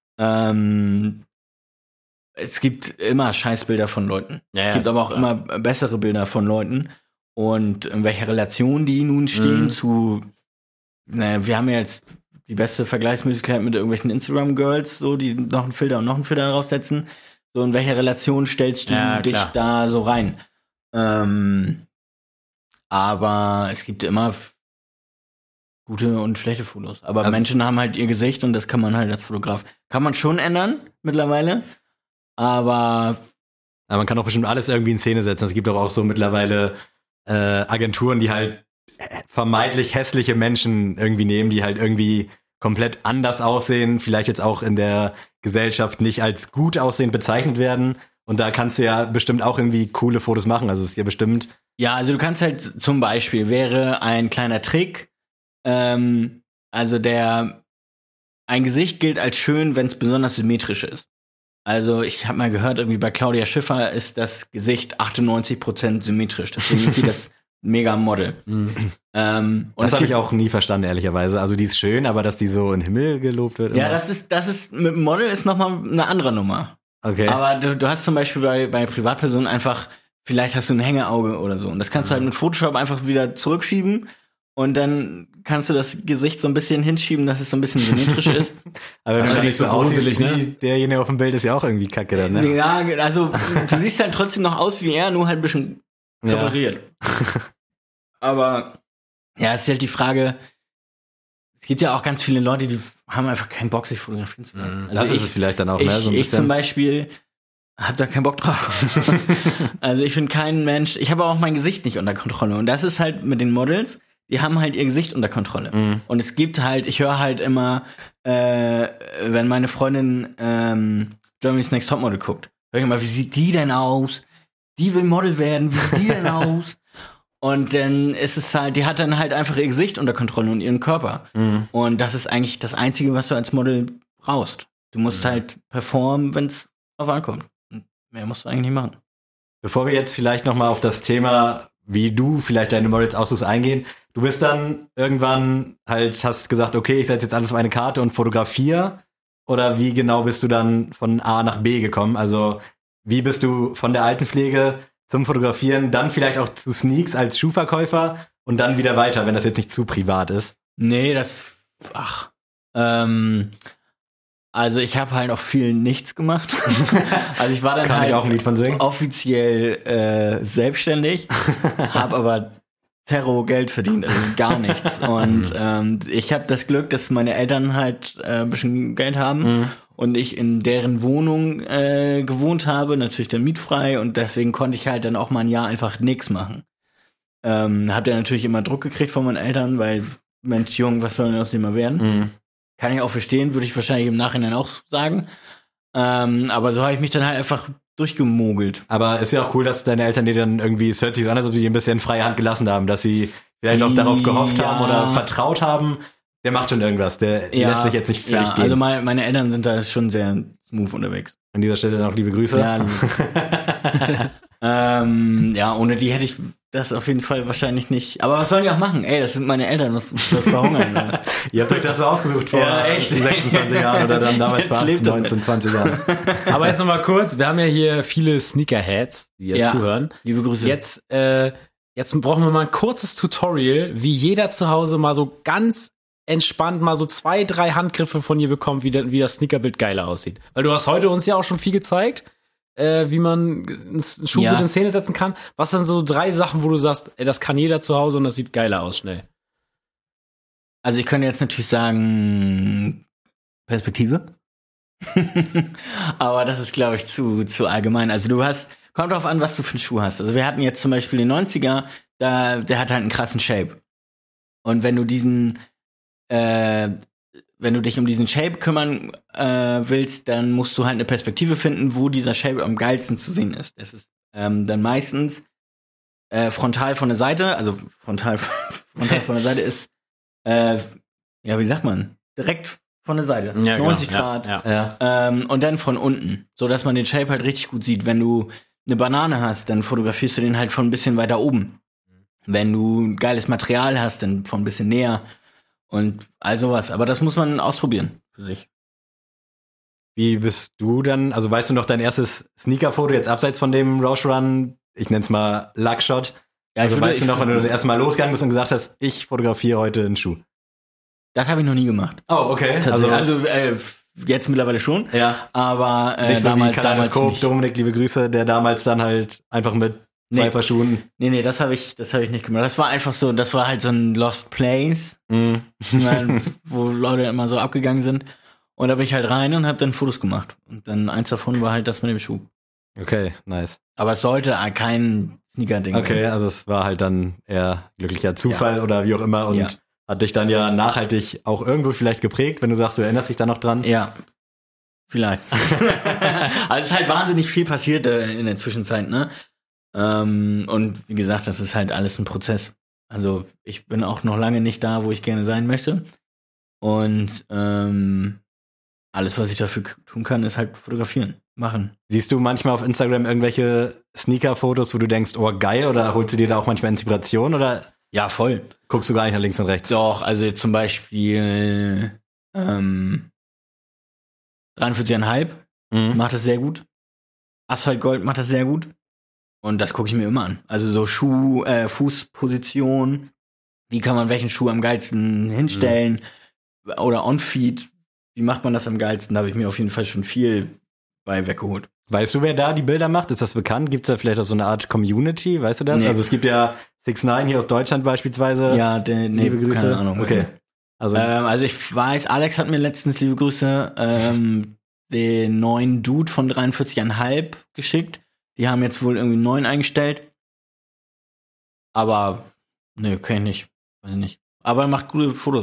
Ähm, es gibt immer Scheißbilder von Leuten. Ja, ja, es gibt aber auch ja. immer bessere Bilder von Leuten. Und in welcher Relation die nun stehen mhm. zu, naja, wir haben ja jetzt die beste Vergleichsmöglichkeit mit irgendwelchen Instagram-Girls, so, die noch einen Filter und noch einen Filter draufsetzen. So, in welcher Relation stellst du ja, dich klar. da so rein? Ähm, aber es gibt immer gute und schlechte Fotos. Aber also, Menschen haben halt ihr Gesicht und das kann man halt als Fotograf, kann man schon ändern mittlerweile. Aber, aber man kann auch bestimmt alles irgendwie in Szene setzen. Es gibt doch auch so mittlerweile Äh, Agenturen, die halt vermeintlich hässliche Menschen irgendwie nehmen, die halt irgendwie komplett anders aussehen, vielleicht jetzt auch in der Gesellschaft nicht als gut aussehend bezeichnet werden. Und da kannst du ja bestimmt auch irgendwie coole Fotos machen. Also es ist ja bestimmt Ja, also du kannst halt zum Beispiel, wäre ein kleiner Trick, ähm, also der, ein Gesicht gilt als schön, wenn es besonders symmetrisch ist. Also ich habe mal gehört, irgendwie bei Claudia Schiffer ist das Gesicht achtundneunzig Prozent symmetrisch. Deswegen ist sie das Mega-Model. Mhm. Ähm, und das habe ich auch nie verstanden, ehrlicherweise. Also die ist schön, aber dass die so in den Himmel gelobt wird. Ja, immer. das ist, das ist, mit dem Model ist nochmal eine andere Nummer. Okay. Aber du, du hast zum Beispiel bei, bei Privatpersonen einfach, vielleicht hast du ein Hängeauge oder so. Und das kannst du halt mit Photoshop einfach wieder zurückschieben. Und dann kannst du das Gesicht so ein bisschen hinschieben, dass es so ein bisschen symmetrisch ist. Aber wenn das du ist nicht so so aussiehst, gruselig, wie ne? derjenige auf dem Bild ist ja auch irgendwie kacke dann, ne? Ja, also du siehst halt trotzdem noch aus wie er, nur halt ein bisschen präpariert. Ja. Aber ja, es ist halt die Frage, es gibt ja auch ganz viele Leute, die haben einfach keinen Bock, sich fotografieren zu lassen. Also das ich, ist es vielleicht dann auch, ich, ne? So ein ich bisschen. zum Beispiel hab da keinen Bock drauf. Also ich finde keinen Mensch, ich habe auch mein Gesicht nicht unter Kontrolle. Und das ist halt mit den Models, die haben halt ihr Gesicht unter Kontrolle. Mhm. Und es gibt halt, ich höre halt immer, äh, wenn meine Freundin ähm, Germany's Next Topmodel guckt, höre ich immer, wie sieht die denn aus? Die will Model werden, wie sieht die denn aus? Und dann ist es halt, die hat dann halt einfach ihr Gesicht unter Kontrolle und ihren Körper. Mhm. Und das ist eigentlich das Einzige, was du als Model brauchst. Du musst Mhm. halt performen, wenn es auf ankommt. Und mehr musst du eigentlich nicht machen. Bevor wir jetzt vielleicht nochmal auf das Thema, wie du vielleicht deine Models aussuchst, eingehen. Du bist dann irgendwann halt, hast gesagt, okay, ich setze jetzt alles auf eine Karte und fotografiere. Oder wie genau bist du dann von A nach B gekommen? Also wie bist du von der Altenpflege zum Fotografieren, dann vielleicht auch zu Sneaks als Schuhverkäufer und dann wieder weiter, wenn das jetzt nicht zu privat ist? Nee, das, ach, ähm, also ich habe halt auch viel nichts gemacht. Also ich war dann Kann halt ich auch ein Lied von singen? offiziell äh, selbstständig, habe aber Terror Geld verdient, also gar nichts. Und ähm, ich habe das Glück, dass meine Eltern halt äh, ein bisschen Geld haben Mhm. und ich in deren Wohnung äh, gewohnt habe, natürlich dann mietfrei und deswegen konnte ich halt dann auch mal ein Jahr einfach nichts machen. Ähm, hab dann natürlich immer Druck gekriegt von meinen Eltern, weil Mensch, Jung, was soll denn aus dem mal werden? Mhm. Kann ich auch verstehen, würde ich wahrscheinlich im Nachhinein auch sagen. Ähm, aber so habe ich mich dann halt einfach durchgemogelt. Aber ist ja auch cool, dass deine Eltern dir dann irgendwie, es hört sich so an, als ob die dir ein bisschen freie Hand gelassen haben, dass sie vielleicht auch darauf gehofft Ja. haben oder vertraut haben, der macht schon irgendwas, der lässt sich jetzt nicht völlig ja, gehen. also meine, meine Eltern sind da schon sehr smooth unterwegs. An dieser Stelle noch liebe Grüße. Ja, ähm, ja, ohne die hätte ich das auf jeden Fall wahrscheinlich nicht. Aber was sollen die auch machen? Ey, das sind meine Eltern, was das verhungern. Oder? Ihr habt euch das so ausgesucht vor Ja, echt. sechsundzwanzig Jahren oder dann damals Jetzt vor achtzehn, lebt er. neunzehn, zwanzig Jahren. Aber jetzt noch mal kurz, wir haben ja hier viele Sneakerheads, die jetzt Ja. zuhören. Liebe Grüße. Jetzt, äh, jetzt brauchen wir mal ein kurzes Tutorial, wie jeder zu Hause mal so ganz entspannt mal so zwei, drei Handgriffe von dir bekommt, wie, der, wie das Sneakerbild geiler aussieht. Weil du hast heute uns ja auch schon viel gezeigt, äh, wie man einen Schuh Ja. gut in Szene setzen kann. Was sind so drei Sachen, wo du sagst, ey, das kann jeder zu Hause und das sieht geiler aus, schnell? Also ich könnte jetzt natürlich sagen Perspektive. Aber das ist, glaube ich, zu, zu allgemein. Also du hast, kommt drauf an, was du für einen Schuh hast. Also wir hatten jetzt zum Beispiel den neunziger, da, der hat halt einen krassen Shape. Und wenn du diesen, äh, wenn du dich um diesen Shape kümmern äh, willst, dann musst du halt eine Perspektive finden, wo dieser Shape am geilsten zu sehen ist. Das ist ähm, dann meistens äh, frontal von der Seite, also frontal, frontal von der Seite ist, äh, ja, wie sagt man? Direkt von der Seite. Ja, neunzig genau. Grad. Ja, Ja. Ähm, und dann von unten, so dass man den Shape halt richtig gut sieht. Wenn du eine Banane hast, dann fotografierst du den halt von ein bisschen weiter oben. Wenn du ein geiles Material hast, dann von ein bisschen näher und all sowas. Aber das muss man ausprobieren für sich. Wie bist du dann, also weißt du noch dein erstes Sneaker-Foto jetzt abseits von dem Roush Run, ich nenn's mal Luckshot? Ja, Also ich würde- weißt du noch, ich- wenn du das erste Mal losgegangen bist und gesagt hast, ich fotografiere heute einen Schuh? Das habe ich noch nie gemacht. Oh, okay. Also, Also, also äh, jetzt mittlerweile schon. ja. Aber äh, Nicht so damals, wie damals Kaleidoskop, nicht. Dominik, liebe Grüße, der damals dann halt einfach mit zwei Nee. Paar Schuhen. Nee, nee, das habe ich, das habe ich nicht gemacht. Das war einfach so, das war halt so ein Lost Place, Mhm. weil- wo Leute immer so abgegangen sind. Und da bin ich halt rein und habe dann Fotos gemacht. Und dann eins davon war halt das mit dem Schuh. Okay, nice. Aber es sollte kein Sneaker-Ding Okay, sein. also es war halt dann eher glücklicher Zufall oder wie auch immer und Ja. hat dich dann ja nachhaltig auch irgendwo vielleicht geprägt, wenn du sagst, du erinnerst dich da noch dran. Ja. Vielleicht. Also es ist halt wahnsinnig viel passiert äh, in der Zwischenzeit, ne? Ähm, und wie gesagt, das ist halt alles ein Prozess. Also ich bin auch noch lange nicht da, wo ich gerne sein möchte. Und ähm, alles, was ich dafür tun kann, ist halt fotografieren, machen. Siehst du manchmal auf Instagram irgendwelche Sneaker-Fotos, wo du denkst, oh geil, oder holst du dir da auch manchmal Inspiration, oder Ja, voll. guckst du gar nicht nach links und rechts? Doch, also jetzt zum Beispiel ähm, dreiundvierzig Komma fünf Mhm. macht das sehr gut. Asphalt Gold macht das sehr gut. Und das gucke ich mir immer an. Also so Schuh, äh, Fußposition, wie kann man welchen Schuh am geilsten hinstellen, oder On-Feet, wie macht man das am geilsten? Da habe ich mir auf jeden Fall schon viel bei weggeholt. Weißt du, wer da die Bilder macht? Ist das bekannt? Gibt es da vielleicht auch so eine Art Community? Weißt du das? Nee. Also es gibt ja six nine hier aus Deutschland beispielsweise. Ja, der, nee, Liebe Grüße. keine Ahnung. Okay. Also Ähm, also ich weiß, Alex hat mir letztens, liebe Grüße, ähm, den neuen Dude von dreiundvierzig Komma fünf geschickt. Die haben jetzt wohl irgendwie einen neuen eingestellt. Aber, ne, kenn ich nicht. Weiß ich nicht. Aber er macht gute Fotos.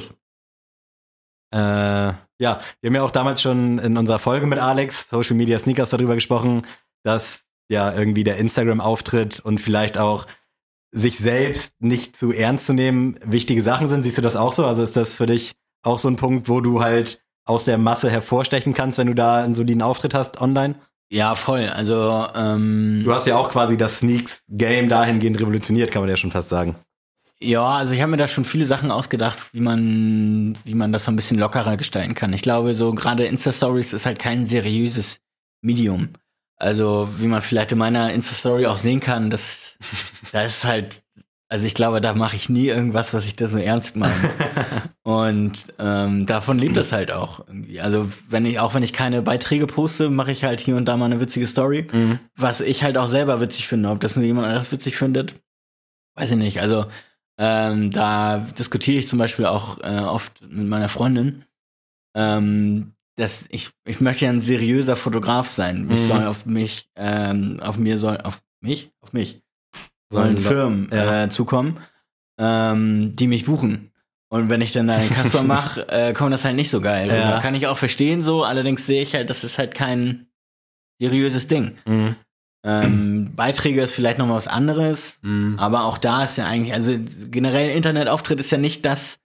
Äh, ja, wir haben ja auch damals schon in unserer Folge mit Alex, Social Media Sneakers, darüber gesprochen, dass ja irgendwie der Instagram-Auftritt und vielleicht auch sich selbst nicht zu ernst zu nehmen wichtige Sachen sind. Siehst du das auch so? Also ist das für dich auch so ein Punkt, wo du halt aus der Masse hervorstechen kannst, wenn du da einen soliden Auftritt hast online? Ja, voll. Also, ähm, Du hast ja auch quasi das Sneaks-Game dahingehend revolutioniert, kann man ja schon fast sagen. ja, also ich habe mir da schon viele Sachen ausgedacht, wie man, wie man das so ein bisschen lockerer gestalten kann. Ich glaube, so gerade Insta-Stories ist halt kein seriöses Medium. Also, wie man vielleicht in meiner Insta-Story auch sehen kann, das, das ist halt, also ich glaube, da mache ich nie irgendwas, was ich da so ernst meine. Und ähm, davon lebt das halt auch irgendwie. Also, wenn ich, auch wenn ich keine Beiträge poste, mache ich halt hier und da mal eine witzige Story, Mhm. was ich halt auch selber witzig finde. Ob das nur jemand anderes witzig findet, weiß ich nicht. Also, ähm, da diskutiere ich zum Beispiel auch äh, oft mit meiner Freundin, ähm, dass ich ich möchte ja ein seriöser Fotograf sein. Ich Mhm. soll auf mich, ähm, auf mir soll auf mich, auf mich Sollen sollen Firmen ja. äh, zukommen, ähm, die mich buchen. Und wenn ich dann da den Kasper mache, äh, kommt das halt nicht so geil. Ja. Und da kann ich auch verstehen so. Allerdings sehe ich halt, das ist halt kein seriöses Ding. Mhm. Ähm, Beiträge ist vielleicht noch mal was anderes. Mhm. Aber auch da ist ja eigentlich, also generell Internetauftritt ist ja nicht das,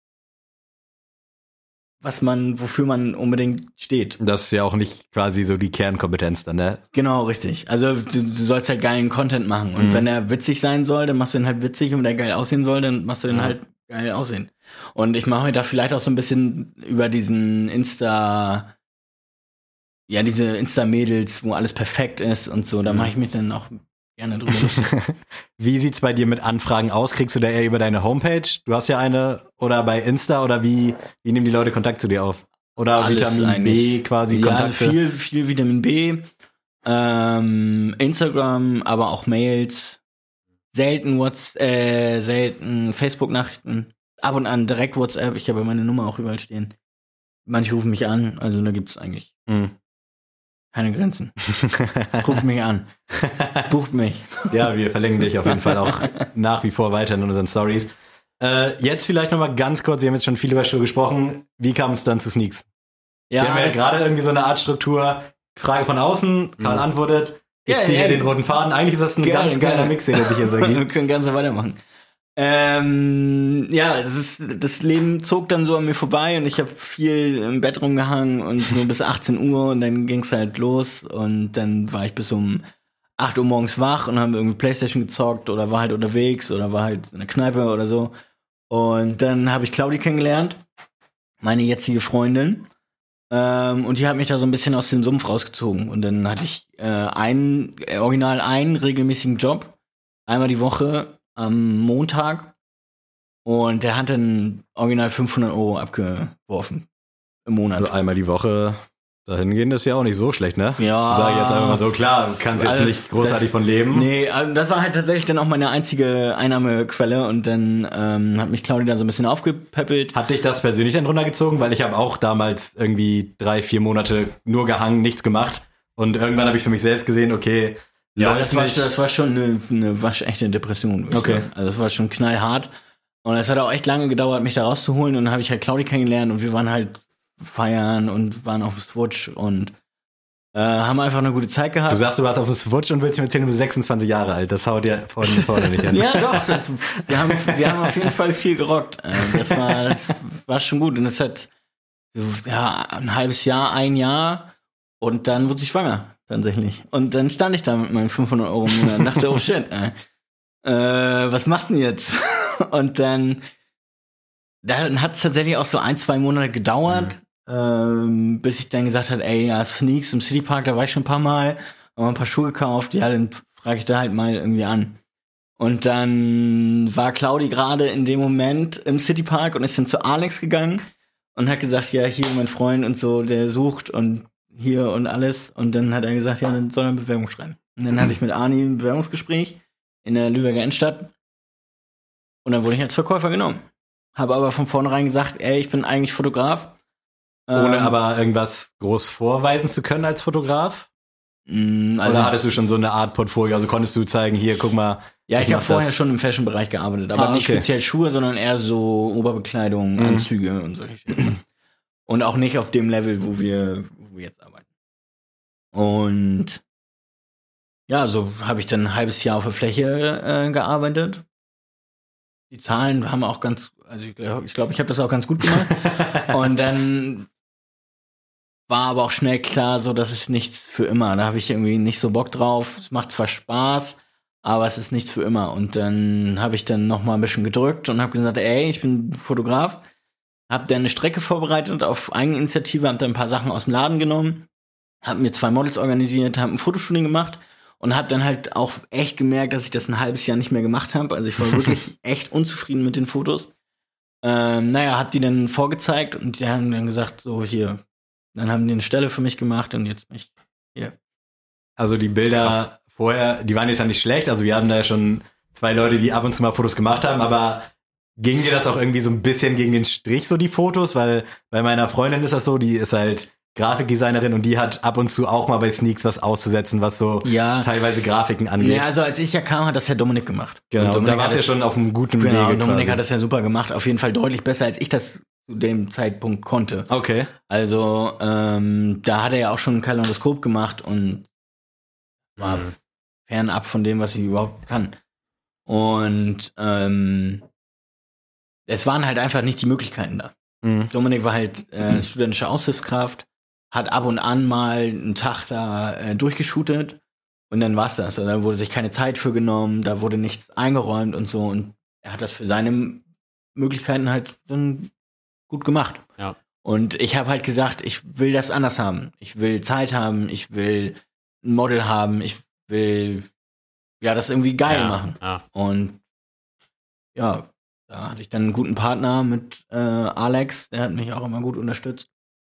was man, wofür man unbedingt steht. Das ist ja auch nicht quasi so die Kernkompetenz dann, ne? Genau, richtig. Also du, du sollst halt geilen Content machen. Und Mhm. wenn er witzig sein soll, dann machst du ihn halt witzig. Und wenn er geil aussehen soll, dann machst du ihn Ja. halt geil aussehen. Und ich mache heute da vielleicht auch so ein bisschen über diesen Insta, ja, diese Insta-Mädels, wo alles perfekt ist und so. Da Mhm. mache ich mich dann auch gerne drüber lustig. Wie sieht's bei dir mit Anfragen aus? Kriegst du da eher über deine Homepage? Du hast ja eine, oder bei Insta, oder wie, wie nehmen die Leute Kontakt zu dir auf? Oder Alles Vitamin B eigentlich. quasi Ja, also Kontakte? viel, viel Vitamin B, ähm, Instagram, aber auch Mails, selten What's, äh, selten Facebook-Nachrichten, ab und an direkt WhatsApp. Ich habe meine Nummer auch überall stehen. Manche rufen mich an, also da gibt's eigentlich Mhm. keine Grenzen. Ruft mich an, bucht mich. Ja, wir verlinken dich auf jeden Fall auch nach wie vor weiter in unseren Stories. Äh, jetzt vielleicht nochmal ganz kurz, wir haben jetzt schon viel über Schuhe gesprochen. Wie kam es dann zu Sneaks? Ja, wir haben ja es- gerade irgendwie so eine Art Struktur. Frage von außen, Karl Mhm. antwortet. Ich Ja, ziehe ja. hier den roten Faden. Eigentlich ist das ein Geil, ganz geiler geil. Mix, der sich hier so Wir ergibt. können ganz so weitermachen. Ähm, ja, es ist, das Leben zog dann so an mir vorbei und ich habe viel im Bett rumgehangen und nur bis achtzehn Uhr und dann ging's halt los und dann war ich bis um acht Uhr morgens wach und haben irgendwie Playstation gezockt oder war halt unterwegs oder war halt in der Kneipe oder so. Und dann habe ich Claudi kennengelernt, meine jetzige Freundin. Ähm, und die hat mich da so ein bisschen aus dem Sumpf rausgezogen. Und dann hatte ich äh, einen, äh, original einen regelmäßigen Job, einmal die Woche am Montag. Und der hat dann original fünfhundert Euro abgeworfen im Monat. Also einmal die Woche dahin gehen, ist ja auch nicht so schlecht, ne? Ja. Sag ich jetzt einfach mal so, klar, du kannst jetzt Also nicht großartig das- von leben. Nee, also das war halt tatsächlich dann auch meine einzige Einnahmequelle. Und dann ähm, hat mich Claudia da so ein bisschen aufgepäppelt. Hat dich das persönlich dann runtergezogen? Weil ich habe auch damals irgendwie drei, vier Monate nur gehangen, nichts gemacht. Und irgendwann habe ich für mich selbst gesehen, okay, Ja, läuft das war, nicht. das war schon eine, eine waschechte Depression. würde ich Okay. sagen. Also das war schon knallhart. Und es hat auch echt lange gedauert, mich da rauszuholen. Und dann habe ich halt Claudi kennengelernt und wir waren halt feiern und waren auf dem Switch und Äh, haben einfach eine gute Zeit gehabt. Du sagst, du warst auf dem Switch und willst mir erzählen, du bist sechsundzwanzig Jahre alt. Das haut dir vorne, vorne nicht hin. Ja, doch. Das, wir, haben, wir haben auf jeden Fall viel gerockt. Äh, das, war, das war schon gut. Und es hat ja, ein halbes Jahr, ein Jahr. Und dann wurde sie schwanger, tatsächlich. Und dann stand ich da mit meinen fünfhundert Euro im Monat und dachte, oh shit, äh, äh, was machst du denn jetzt? Und dann, dann hat es tatsächlich auch so ein, zwei Monate gedauert. Mhm. Ähm, bis ich dann gesagt habe, ey, ja, Sneaks im Citypark, da war ich schon ein paar Mal, haben ein paar Schuhe gekauft, ja, dann frage ich da halt mal irgendwie an. Und dann war Claudi gerade in dem Moment im Citypark und ist dann zu Alex gegangen und hat gesagt, ja, hier mein Freund und so, der sucht und hier und alles. Und dann hat er gesagt, ja, dann soll er eine Bewerbung schreiben. Und dann hatte ich mit Arni ein Bewerbungsgespräch in der Lübecker Innenstadt und dann wurde ich als Verkäufer genommen. Habe aber von vornherein gesagt, ey, ich bin eigentlich Fotograf. Ohne ähm, aber irgendwas groß vorweisen zu können als Fotograf? Also, Oder hattest du schon so eine Art Portfolio? Also konntest du zeigen, hier, guck mal. Ja, ich, ich habe vorher das. schon im Fashion-Bereich gearbeitet, aber ah, nicht okay. speziell Schuhe, sondern eher so Oberbekleidung, mhm. Anzüge und solche Dinge. Und auch nicht auf dem Level, wo wir, wo wir jetzt arbeiten. Und ja, so habe ich dann ein halbes Jahr auf der Fläche äh, gearbeitet. Die Zahlen haben auch ganz, also ich glaube, ich, glaub, ich habe das auch ganz gut gemacht. Und dann war aber auch schnell klar, so, das ist nichts für immer. Da habe ich irgendwie nicht so Bock drauf. Es macht zwar Spaß, aber es ist nichts für immer. Und dann habe ich dann noch mal ein bisschen gedrückt und habe gesagt, ey, ich bin Fotograf. Habe dann eine Strecke vorbereitet auf Eigeninitiative, habe dann ein paar Sachen aus dem Laden genommen, habe mir zwei Models organisiert, habe ein Fotoshooting gemacht und habe dann halt auch echt gemerkt, dass ich das ein halbes Jahr nicht mehr gemacht habe. Also ich war wirklich echt unzufrieden mit den Fotos. Ähm, naja, hab die dann vorgezeigt und die haben dann gesagt, so hier. Dann haben die eine Stelle für mich gemacht und jetzt bin ich hier. Also die Bilder Krass. vorher, die waren jetzt ja nicht schlecht. Also wir haben da ja schon zwei Leute, die ab und zu mal Fotos gemacht haben, aber ging dir das auch irgendwie so ein bisschen gegen den Strich, so die Fotos? Weil bei meiner Freundin ist das so, die ist halt Grafikdesignerin und die hat ab und zu auch mal bei Sneaks was auszusetzen, was so ja. teilweise Grafiken angeht. Ja, also als ich ja kam, hat das Herr Dominik gemacht. Genau, und, und da war es ja das, schon auf einem guten genau, Wege. Und Dominik quasi. hat das ja super gemacht, auf jeden Fall deutlich besser, als ich das zu dem Zeitpunkt konnte. Okay. Also, ähm, da hat er ja auch schon ein Kaleidoskop gemacht und war mhm. fernab von dem, was ich überhaupt kann. Und ähm, es waren halt einfach nicht die Möglichkeiten da. Mhm. Dominik war halt äh, studentische Aushilfskraft, hat ab und an mal einen Tag da äh, durchgeshootet und dann war's das. Also, da wurde sich keine Zeit für genommen, da wurde nichts eingeräumt und so. Und er hat das für seine Möglichkeiten halt dann gut gemacht. Ja. Und ich habe halt gesagt, ich will das anders haben. Ich will Zeit haben, ich will ein Model haben, ich will ja das irgendwie geil ja, machen. Ja. Und ja, da hatte ich dann einen guten Partner mit äh, Alex, der hat mich auch immer gut unterstützt.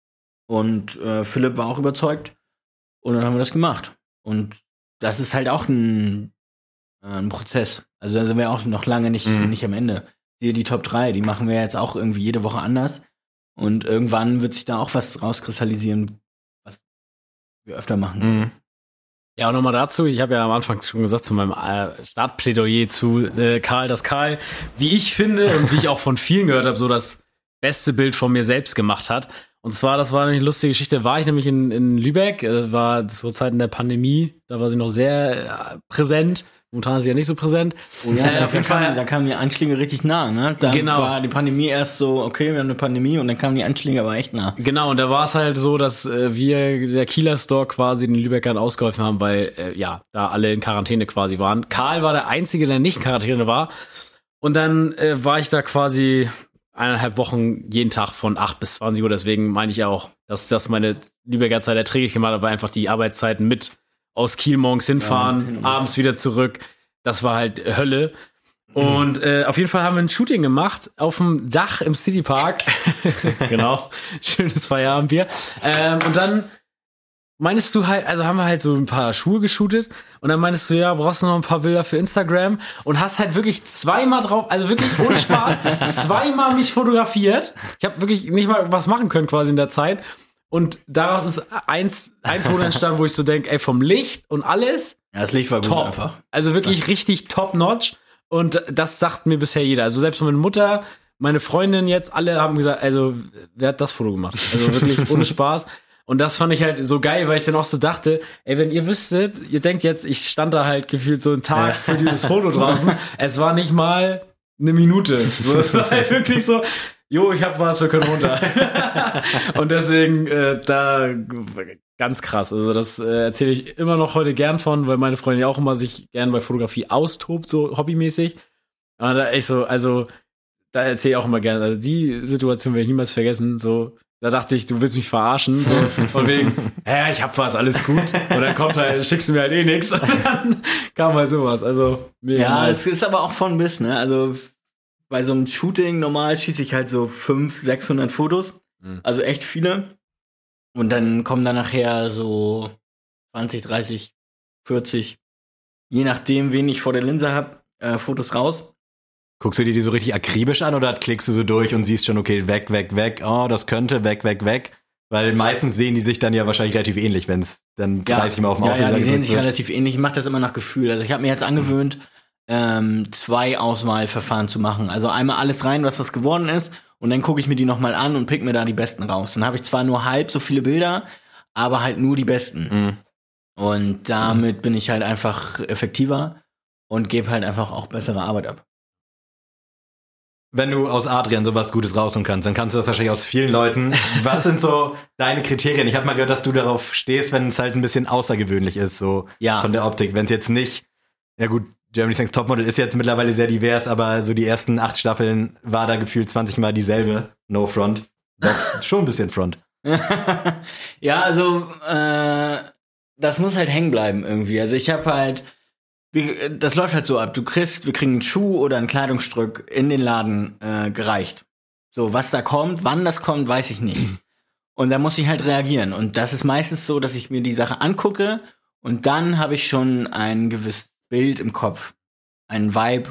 Und äh, Philipp war auch überzeugt. Und dann haben wir das gemacht. Und das ist halt auch ein, äh, ein Prozess. Also da sind wir auch noch lange nicht, mhm. nicht am Ende. Hier die Top drei, die machen wir jetzt auch irgendwie jede Woche anders. Und irgendwann wird sich da auch was rauskristallisieren, was wir öfter machen. Mhm. Ja, und nochmal dazu, ich habe ja am Anfang schon gesagt, zu meinem äh, Startplädoyer zu äh, Karl, dass Karl, wie ich finde und wie ich auch von vielen gehört habe, so das beste Bild von mir selbst gemacht hat. Und zwar, das war eine lustige Geschichte, war ich nämlich in, in Lübeck, äh, war zur Zeit in der Pandemie, da war sie noch sehr äh, präsent. Momentan ist sie ja nicht so präsent. Oh ja, äh, auf jeden Fall. Da kamen die Anschläge richtig nah, ne? Da genau. war die Pandemie erst so, okay, wir haben eine Pandemie und dann kamen die Anschläge aber echt nah. Genau, und da war es halt so, dass äh, wir, der Kieler Store quasi den Lübeckern ausgeholfen haben, weil, äh, ja, da alle in Quarantäne quasi waren. Karl war der Einzige, der nicht in Quarantäne war. Und dann äh, war ich da quasi eineinhalb Wochen jeden Tag von acht bis zwanzig Uhr. Deswegen meine ich auch, dass das meine Lübecker Zeit erträglich gemacht hat, weil einfach die Arbeitszeiten mit aus Kiel morgens hinfahren, ja, abends wieder zurück. Das war halt Hölle. Und äh, auf jeden Fall haben wir ein Shooting gemacht auf dem Dach im Citypark. Genau, schönes Feierabendbier. Ähm, und dann meinst du halt, also haben wir halt so ein paar Schuhe geshootet und dann meinst du, ja, brauchst du noch ein paar Bilder für Instagram und hast halt wirklich zweimal drauf, also wirklich ohne Spaß, zweimal mich fotografiert. Ich habe wirklich nicht mal was machen können quasi in der Zeit. Und daraus ist eins, ein Foto entstanden, wo ich so denke, ey, vom Licht und alles. Ja, das Licht war gut top. Einfach. Also wirklich ja. richtig top-notch. Und das sagt mir bisher jeder. Also selbst meine Mutter, meine Freundin jetzt, alle haben gesagt, also wer hat das Foto gemacht? Also wirklich ohne Spaß. Und das fand ich halt so geil, weil ich dann auch so dachte, ey, wenn ihr wüsstet, ihr denkt jetzt, ich stand da halt gefühlt so einen Tag für dieses Foto draußen. Es war nicht mal eine Minute. So, es war halt wirklich so, jo, ich hab was, wir können runter. Und deswegen, äh, da ganz krass. Also das äh, erzähle ich immer noch heute gern von, weil meine Freundin ja auch immer sich gern bei Fotografie austobt, so hobbymäßig. Aber da echt so, also da erzähle ich auch immer gerne. Also die Situation werde ich niemals vergessen. So, da dachte ich, du willst mich verarschen. So, von wegen, hä, ich hab was, alles gut. Und dann kommt halt, schickst du mir halt eh nix. Und dann kam halt sowas. Also, mega Ja, nice. es ist aber auch von bis, ne? Also bei so einem Shooting normal schieße ich halt so fünfhundert, sechshundert Fotos. Mhm. Also echt viele. Und dann kommen dann nachher so zwanzig, dreißig, vierzig, je nachdem, wen ich vor der Linse habe, äh, Fotos raus. Guckst du dir die so richtig akribisch an oder klickst du so durch und siehst schon, okay, weg, weg, weg, oh, das könnte, weg, weg, weg? Weil meistens sehen die sich dann ja wahrscheinlich relativ ähnlich, wenn es dann dreißig Mal auf dem ja, Auslöser ja, die sehen gedrückt sich wird. relativ ähnlich. Ich mache das immer nach Gefühl. Also ich habe mir jetzt angewöhnt, ähm, zwei Auswahlverfahren zu machen. Also einmal alles rein, was was geworden ist, und dann gucke ich mir die nochmal an und pick mir da die besten raus. Dann habe ich zwar nur halb so viele Bilder, aber halt nur die besten. Mhm. Und damit bin ich halt einfach effektiver und gebe halt einfach auch bessere Arbeit ab. Wenn du aus Adrian sowas Gutes rausholen kannst, dann kannst du das wahrscheinlich aus vielen Leuten. Was sind so deine Kriterien? Ich habe mal gehört, dass du darauf stehst, wenn es halt ein bisschen außergewöhnlich ist, so Ja. von der Optik. Wenn es jetzt nicht, ja gut, Germany's Next Topmodel ist jetzt mittlerweile sehr divers, aber so die ersten acht Staffeln war da gefühlt zwanzig Mal dieselbe. No front. Doch, schon ein bisschen front. Ja, also äh, das muss halt hängen bleiben irgendwie. Also ich habe halt, wie, das läuft halt so ab. Du kriegst, wir kriegen einen Schuh oder ein Kleidungsstück in den Laden äh, gereicht. So, was da kommt, wann das kommt, weiß ich nicht. Und da muss ich halt reagieren. Und das ist meistens so, dass ich mir die Sache angucke und dann habe ich schon ein gewisses Bild im Kopf, ein Vibe,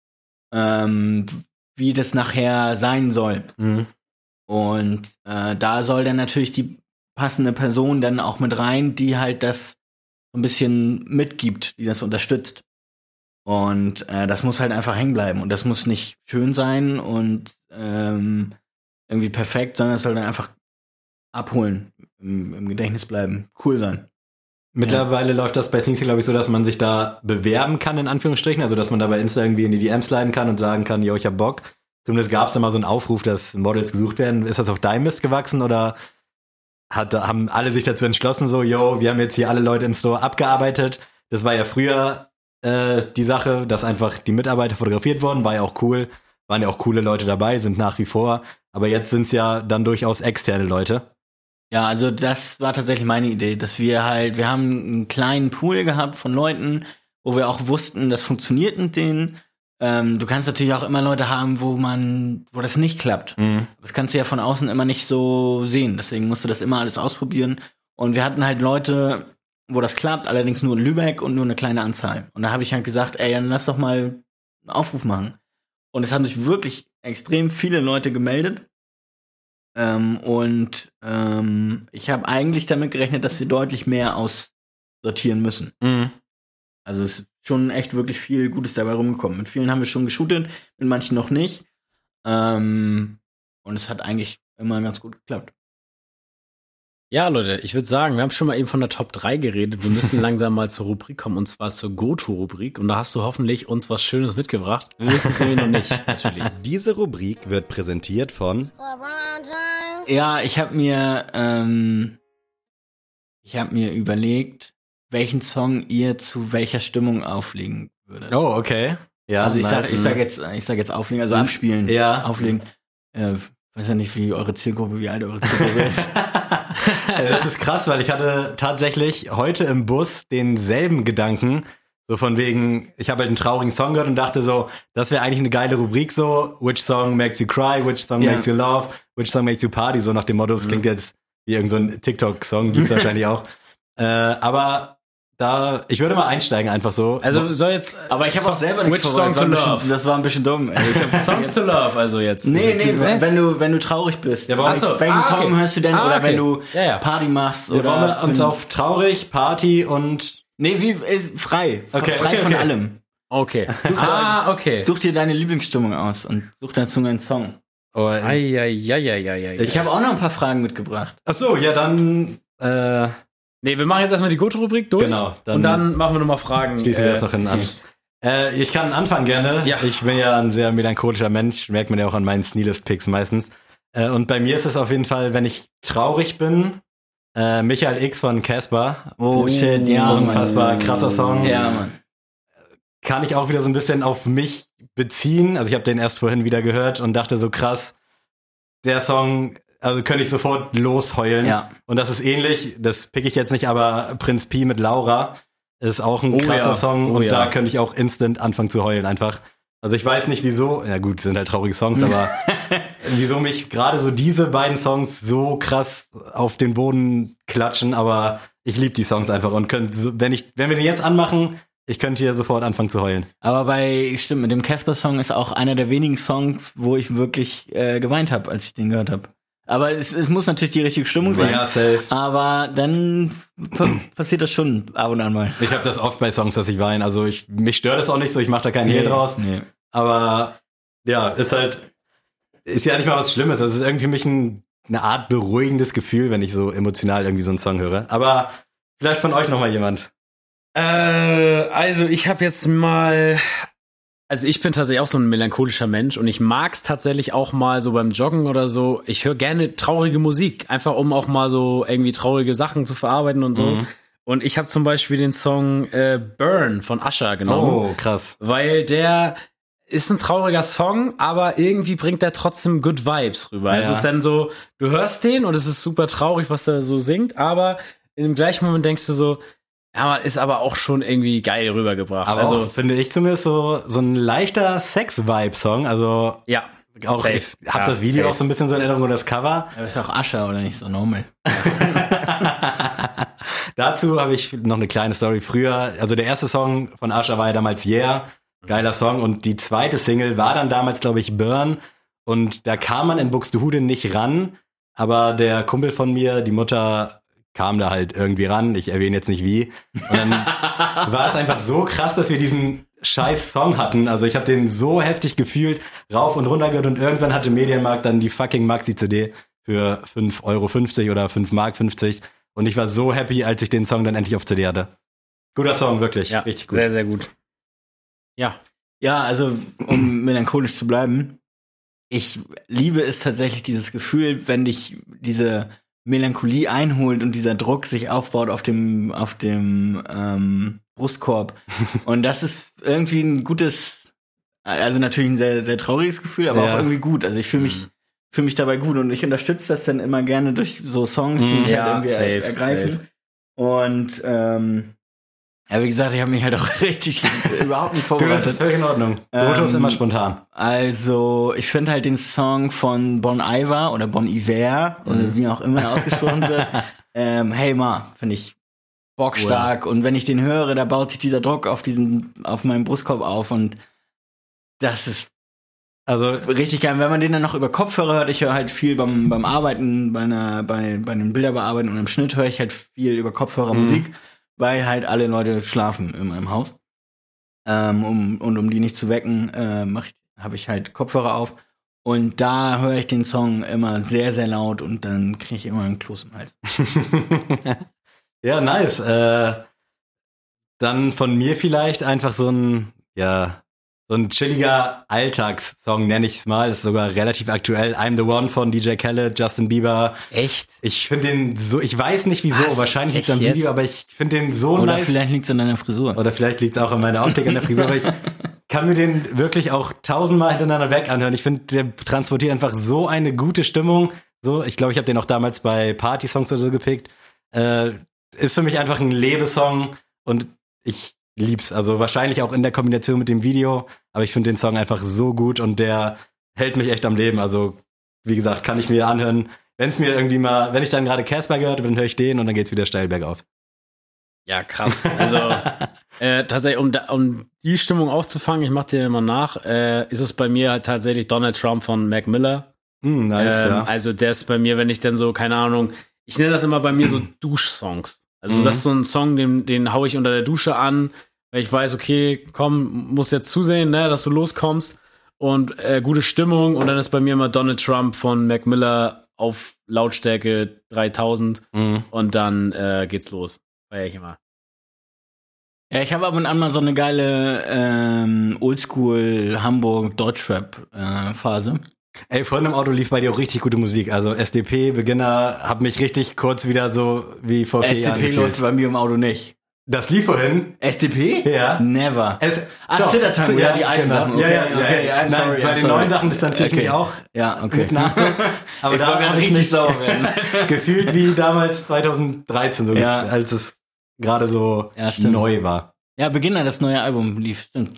ähm, wie das nachher sein soll. Mhm. Und äh, da soll dann natürlich die passende Person dann auch mit rein, die halt das so ein bisschen mitgibt, die das unterstützt. Und äh, das muss halt einfach hängen bleiben. Und das muss nicht schön sein und ähm, irgendwie perfekt, sondern es soll dann einfach abholen, im, im Gedächtnis bleiben, cool sein. Mittlerweile ja. läuft das bei Sneaksy, glaube ich, so, dass man sich da bewerben kann, in Anführungsstrichen. Also, dass man da bei Insta irgendwie in die D Ms leiten kann und sagen kann, yo, ich hab Bock. Zumindest gab es da mal so einen Aufruf, dass Models gesucht werden. Ist das auf deinem Mist gewachsen oder hat, haben alle sich dazu entschlossen, so, yo, wir haben jetzt hier alle Leute im Store abgearbeitet. Das war ja früher äh, die Sache, dass einfach die Mitarbeiter fotografiert wurden, war ja auch cool. Waren ja auch coole Leute dabei, sind nach wie vor. Aber jetzt sind es ja dann durchaus externe Leute. Ja, also das war tatsächlich meine Idee, dass wir halt, wir haben einen kleinen Pool gehabt von Leuten, wo wir auch wussten, das funktioniert mit denen. Ähm, du kannst natürlich auch immer Leute haben, wo man, wo das nicht klappt. Mhm. Das kannst du ja von außen immer nicht so sehen. Deswegen musst du das immer alles ausprobieren. Und wir hatten halt Leute, wo das klappt, allerdings nur in Lübeck und nur eine kleine Anzahl. Und da habe ich halt gesagt, ey, dann lass doch mal einen Aufruf machen. Und es haben sich wirklich extrem viele Leute gemeldet. Ähm, und ähm, ich habe eigentlich damit gerechnet, dass wir deutlich mehr aussortieren müssen. Mhm. Also es ist schon echt wirklich viel Gutes dabei rumgekommen. Mit vielen haben wir schon geshootet, mit manchen noch nicht. Ähm, und es hat eigentlich immer ganz gut geklappt. Ja, Leute, ich würde sagen, wir haben schon mal eben von der Top drei geredet. Wir müssen langsam mal zur Rubrik kommen, und zwar zur Go-To-Rubrik. Und da hast du hoffentlich uns was Schönes mitgebracht. Wir wissen es nämlich noch nicht, natürlich. Diese Rubrik wird präsentiert von Ja, ich habe mir, ähm, ich habe mir überlegt, welchen Song ihr zu welcher Stimmung auflegen würdet. Oh, okay. Ja, also ich nice. sag, ich sag jetzt, ich sag jetzt auflegen, also abspielen, Ja. auflegen. Äh, weiß ja nicht, wie eure Zielgruppe, wie alt eure Zielgruppe ist. Das ist krass, weil ich hatte tatsächlich heute im Bus denselben Gedanken, so von wegen, ich habe halt einen traurigen Song gehört und dachte so, das wäre eigentlich eine geile Rubrik so, which song makes you cry, which song Ja. makes you love, which song makes you party, so nach dem Motto, es klingt jetzt wie irgendein so TikTok-Song, gibt's wahrscheinlich auch. Äh, aber da, ich würde mal einsteigen einfach so. Also soll jetzt. Aber ich habe auch selber nichts Which vor, song das war to ein bisschen- love? Das war ein bisschen dumm. Ey. Ich hab Songs to love, also jetzt. Nee, nee, Hä? wenn du, wenn du traurig bist. Ja, warum- Ach so, welchen Ah, okay. Song hörst du denn? Ah, Oder okay. wenn du Ja, ja. Party machst? wir wollen Oder uns wenn- auf traurig, Party und Nee, wie ist frei. Okay, frei okay, von okay. allem. Okay. Ah, okay. Such dir deine Lieblingsstimmung aus und such dazu einen Song. oh, Eieieiei. Ich habe auch noch ein paar Fragen mitgebracht. ach so, ja dann Äh, nee, wir machen jetzt erstmal die Goto-Rubrik durch. Genau. Dann und dann machen wir nochmal Fragen. Schließen wir äh, das noch hinten an. Äh, ich kann anfangen gerne. Ja. Ich bin ja ein sehr melancholischer Mensch, merkt man ja auch an meinen Sneelist-Picks meistens. Äh, und bei mir ist es auf jeden Fall, wenn ich traurig bin, äh, Michael X von Casper. Oh, shit, ja, Unfassbar Mann. krasser Song. Ja, Mann. Kann ich auch wieder so ein bisschen auf mich beziehen. Also ich habe den erst vorhin wieder gehört und dachte so krass, der Song, also könnte ich sofort losheulen. Ja. Und das ist ähnlich, das pick ich jetzt nicht, aber Prinz Pi mit Laura ist auch ein Oh krasser ja. Song Oh und ja. da könnte ich auch instant anfangen zu heulen einfach. Also ich weiß nicht wieso, ja gut, sind halt traurige Songs, aber wieso mich gerade so diese beiden Songs so krass auf den Boden klatschen, aber ich liebe die Songs einfach und könnte, so, wenn ich, wenn wir den jetzt anmachen, ich könnte hier sofort anfangen zu heulen. Aber bei, stimmt, mit dem Casper-Song ist auch einer der wenigen Songs, wo ich wirklich äh, geweint habe, als ich den gehört habe. Aber es, es muss natürlich die richtige Stimmung sein. Ja, safe. Aber dann p- passiert das schon ab und an mal. Ich habe das oft bei Songs, dass ich weine. Also ich, mich stört das auch nicht so, ich mache da keinen Hehl draus. Nee. Aber ja, ist halt, ist ja nicht mal was Schlimmes. Also es ist irgendwie für mich ein, eine Art beruhigendes Gefühl, wenn ich so emotional irgendwie so einen Song höre. Aber vielleicht von euch nochmal jemand. Äh, also ich habe jetzt mal, also ich bin tatsächlich auch so ein melancholischer Mensch und ich mag's tatsächlich auch mal so beim Joggen oder so. Ich höre gerne traurige Musik, einfach um auch mal so irgendwie traurige Sachen zu verarbeiten und so. Mhm. Und ich habe zum Beispiel den Song äh, Burn von Usher genommen, Oh, krass. weil der ist ein trauriger Song, aber irgendwie bringt der trotzdem Good Vibes rüber. Ja. Es ist dann so, du hörst den und es ist super traurig, was der so singt, aber in dem gleichen Moment denkst du so, ja, man ist aber auch schon irgendwie geil rübergebracht. Aber also, auch, finde ich zumindest so, so ein leichter Sex-Vibe-Song. Also ja. auch, Safe. ich hab Ja, das Video safe. auch so ein bisschen so in Erinnerung und das Cover. Aber ist ja auch Ascher oder nicht so normal. Dazu habe ich noch eine kleine Story. Früher, also der erste Song von Usher war ja damals Yeah, geiler Song. Und die zweite Single war dann damals, glaube ich, Burn. Und da kam man in Buxtehude nicht ran. Aber der Kumpel von mir, die Mutter, kam da halt irgendwie ran. Ich erwähne jetzt nicht wie. Und dann war es einfach so krass, dass wir diesen scheiß Song hatten. Also ich habe den so heftig gefühlt, rauf und runter gehört. Und irgendwann hatte Medienmarkt dann die fucking Maxi-C D für fünf Euro fünfzig oder fünf Mark fünfzig. Und ich war so happy, als ich den Song dann endlich auf C D hatte. Guter Song, wirklich. Ja, richtig gut. sehr, sehr gut. Ja. Ja, also um melancholisch zu bleiben, ich liebe es tatsächlich, dieses Gefühl, wenn dich diese Melancholie einholt und dieser Druck sich aufbaut auf dem auf dem ähm, Brustkorb. Und das ist irgendwie ein gutes, also natürlich ein sehr sehr trauriges Gefühl, aber Ja. auch irgendwie gut. Also ich fühle mich fühle mich dabei gut und ich unterstütze das dann immer gerne durch so Songs, die mich Ja, halt irgendwie safe, er ergreifen. safe. Und ähm, ja, wie gesagt, ich habe mich halt auch richtig überhaupt nicht Du, das vorbereitet. ist völlig in Ordnung. Foto Ähm, ist immer spontan. Also, ich finde halt den Song von Bon Iver oder Bon Iver oder wie auch immer er ausgesprochen wird. ähm, hey Ma, finde ich bockstark. Und wenn ich den höre, da baut sich dieser Druck auf diesen, auf meinem Brustkorb auf und das ist Also, richtig geil. Wenn man den dann noch über Kopfhörer hört, ich höre halt viel beim, beim Arbeiten, bei einer, bei, bei den Bilderbearbeiten und im Schnitt höre ich halt viel über Kopfhörer Mhm. Musik, weil halt alle Leute schlafen in meinem Haus. Ähm, um, und um die nicht zu wecken, äh, mach ich, habe ich halt Kopfhörer auf. Und da höre ich den Song immer sehr, sehr laut und dann kriege ich immer einen Kloß im Hals. ja, nice. Äh, dann von mir vielleicht einfach so ein, ja, so ein chilliger Alltagssong, nenne ich es mal. Ist sogar relativ aktuell. I'm the One von D J Khaled, Justin Bieber. Echt? Ich finde den so, ich weiß nicht wieso, Was? wahrscheinlich liegt es am Echt Video, jetzt? aber ich finde den so Oder nice. vielleicht liegt es an deiner Frisur. Oder vielleicht liegt es auch an meiner Optik, an der Frisur, aber ich kann mir den wirklich auch tausendmal hintereinander weg anhören. Ich finde, der transportiert einfach so eine gute Stimmung. So, ich glaube, ich habe den auch damals bei Party-Songs oder so gepickt. Äh, ist für mich einfach ein Lebesong und ich lieb's. Also wahrscheinlich auch in der Kombination mit dem Video, aber ich finde den Song einfach so gut und der hält mich echt am Leben. Also, wie gesagt, kann ich mir anhören. Wenn es mir irgendwie mal, wenn ich dann gerade Casper gehört habe, dann höre ich den und dann geht's wieder steil bergauf. Ja, krass. Also, äh, tatsächlich, um, da, um die Stimmung aufzufangen, ich mach dir immer nach, äh, ist es bei mir halt tatsächlich Donald Trump von Mac Miller. Mm, nice, ähm, ja. Also, der ist bei mir, wenn ich dann so, keine Ahnung, ich nenne das immer bei mir so Duschsongs. Also, Mhm. das ist so ein Song, den, den hau ich unter der Dusche an, weil ich weiß, okay, komm, musst jetzt zusehen, ne, dass du loskommst und äh, gute Stimmung und dann ist bei mir immer Donald Trump von Mac Miller auf Lautstärke dreitausend Mhm. und dann äh, geht's los. Feier ich immer. Ja, ich habe ab und an mal so eine geile ähm, Oldschool Hamburg Deutschrap äh, Phase. Ey, vorhin im Auto lief bei dir auch richtig gute Musik. Also S D P, Beginner, hab mich richtig kurz wieder so wie vor vier Jahren S D P gefühlt. läuft bei mir im Auto nicht. Das lief vorhin. S D P? Ja. Never. Es, Ah, doch, Zittertango, ja, die alten genau. Sachen. Ja, Okay, ja, okay, ja. I'm Nein, sorry, bei I'm den sorry. neuen Sachen distanziere ich Okay. mich auch Ja, okay. mit Nachdruck. Aber Ich da wollte habe gerade ich richtig mich sauer werden. gefühlt wie damals zwanzig dreizehn, so Ja. gef- als es gerade so Ja, stimmt. neu war. Ja, Beginner, das neue Album lief, stimmt.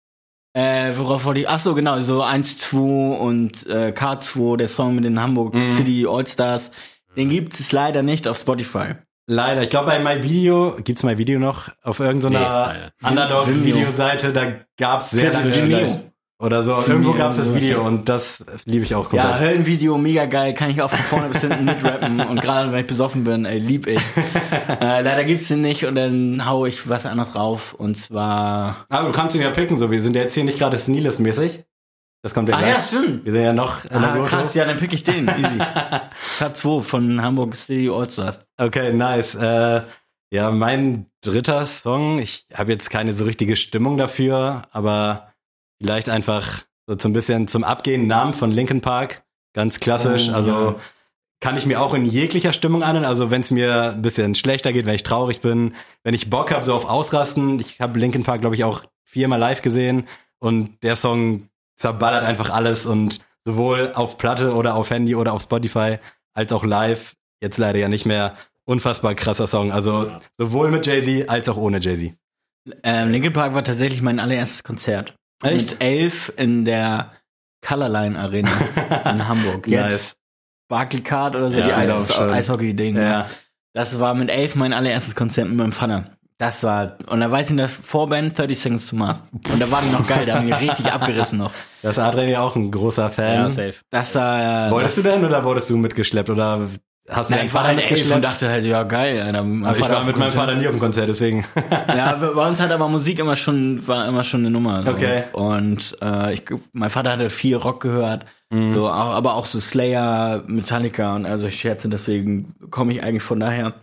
Äh, worauf wollte ich? Ach so, genau, so eins zwei und äh, K zwei, der Song mit den Hamburg Mhm. City Allstars, den gibt es leider nicht auf Spotify. Leider. Ich glaube, bei My Video, gibt's My Video noch auf irgendeiner Nee, Underdog-Videoseite, da gab's sehr Vimeo. lange Vimeo. oder so. Vimeo, Irgendwo gab's das sowas, Video ja. und das liebe ich auch Ja, komplett. Höllenvideo, mega geil, kann ich auch von vorne bis hinten mitrappen und gerade wenn ich besoffen bin, ey, lieb ich. äh, leider gibt's den nicht und dann hau ich was anderes drauf und zwar... Aber du kannst ihn ja picken, so. Wir sind ja jetzt hier nicht gerade Sneelist-mäßig. Das kommt ja Ah gleich. ja, stimmt. Wir sind ja noch in der Ah, Gurte. krass, ja, dann pick ich den, easy. K zwei von Hamburg City Allstars. Okay, nice. Äh, ja, mein dritter Song, ich habe jetzt keine so richtige Stimmung dafür, aber vielleicht einfach so zum bisschen zum Abgehen Namen von Linkin Park. Ganz klassisch. Oh, also ja. kann ich mir auch in jeglicher Stimmung anhören. Also wenn es mir ein bisschen schlechter geht, wenn ich traurig bin, wenn ich Bock habe so auf Ausrasten. Ich habe Linkin Park, glaube ich, auch viermal live gesehen und der Song zerballert einfach alles und sowohl auf Platte oder auf Handy oder auf Spotify als auch live. Jetzt leider ja nicht mehr. Unfassbar krasser Song. Also sowohl mit Jay-Z als auch ohne Jay-Z. Ähm, Linkin Park war tatsächlich mein allererstes Konzert. Echt? Mit elf in der Colorline Arena in Hamburg. Jetzt Nice. Barclaycard oder so, Ja, die ich Eis glaub schon. Eishockey-Ding. Ja. Das war mit elf mein allererstes Konzert mit meinem Vater. Das war, und da weiß ich noch, Vorband thirty Seconds to Mars. Und da war die noch geil, da haben die richtig abgerissen noch. Das ist Adrian ja auch ein großer Fan. Ja, safe. Das war, Wolltest das, du denn oder wurdest du mitgeschleppt oder hast du Na, deinen ich war Vater halt elf und mitgeschleppt? dachte halt, ja geil, Alter. Mein Aber ich Vater war auf mit dem meinem Konzert. Vater nie auf dem Konzert, deswegen. Ja, bei uns hat aber Musik immer schon, war immer schon eine Nummer. So. Okay. Und äh, ich, mein Vater hatte viel Rock gehört, Mhm. so, auch, aber auch so Slayer, Metallica und also ich schätze, deswegen komme ich eigentlich von daher.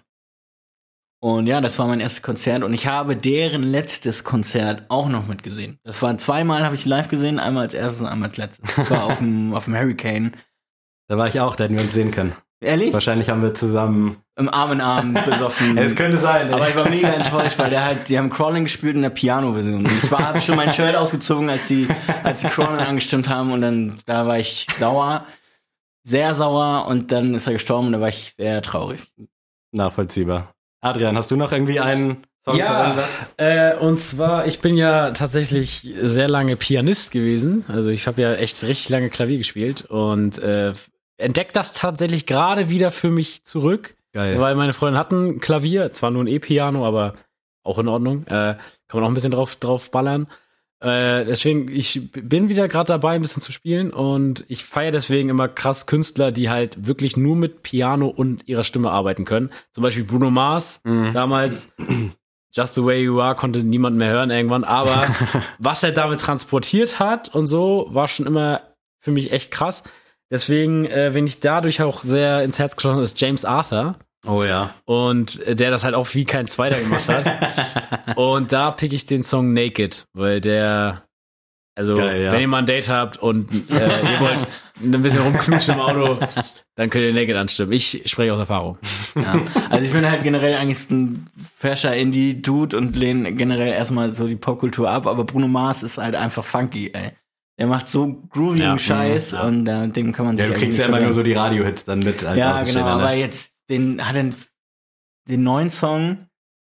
Und ja, das war mein erstes Konzert und ich habe deren letztes Konzert auch noch mitgesehen. Das war zweimal, habe ich live gesehen, einmal als erstes und einmal als letztes. Das war auf dem auf dem Hurricane. Da war ich auch, da hätten wir uns sehen können. Ehrlich? Wahrscheinlich haben wir zusammen. Im Arm in Arm besoffen. Es könnte sein. Aber ich war mega enttäuscht, weil der halt, die haben Crawling gespielt in der Piano-Version. Und ich war, hab schon mein Shirt ausgezogen, als die, als die Crawling angestimmt haben und dann, da war ich sauer. Sehr sauer und dann ist er gestorben und da war ich sehr traurig. Nachvollziehbar. Adrian, hast du noch irgendwie einen Song für Ja, irgendwas? äh, und zwar, ich bin ja tatsächlich sehr lange Pianist gewesen. Also ich habe ja echt richtig lange Klavier gespielt und äh, entdeckt das tatsächlich gerade wieder für mich zurück. Geil. Weil meine Freunde hatten ein Klavier, zwar nur ein E-Piano, aber auch in Ordnung. Äh, kann man auch ein bisschen drauf, drauf ballern. Äh, deswegen, ich bin wieder gerade dabei, ein bisschen zu spielen und ich feiere deswegen immer krass Künstler, die halt wirklich nur mit Piano und ihrer Stimme arbeiten können. Zum Beispiel Bruno Mars, Mhm. damals Just the Way You Are konnte niemand mehr hören irgendwann, aber was er damit transportiert hat und so, war schon immer für mich echt krass. Deswegen, äh, wenn ich dadurch auch sehr ins Herz geschossen ist, James Arthur. Oh ja. Und äh, der das halt auch wie kein Zweiter gemacht hat. Und da pick ich den Song Naked, weil der, also Geil, ja. wenn ihr mal ein Date habt und äh, ihr wollt ein bisschen rumknutschen im Auto, dann könnt ihr Naked anstimmen. Ich spreche aus Erfahrung. Ja. Also ich bin halt generell eigentlich ein fescher Indie-Dude und lehne generell erstmal so die Popkultur ab, aber Bruno Mars ist halt einfach funky, ey. Der macht so groovigen Ja, Scheiß ja. und äh, dem kann man sich Ja, du eigentlich kriegst ja nicht immer nur verwehren. so die Radio-Hits dann mit als Ja, genau, Außenstehender, aber ne? jetzt den hat er den neuen Song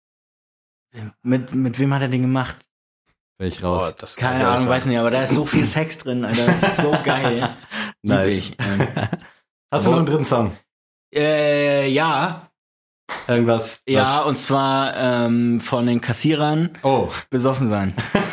mit mit wem hat er den gemacht? Bin ich raus. das Keine Ahnung, weiß nicht, aber da ist so viel Sex drin, Alter, das ist so geil. Lieb Nice. ich. Ähm, Hast du noch einen dritten Song? äh, ja, Irgendwas? ja, was- und zwar ähm, von den Kassierern Oh, besoffen sein.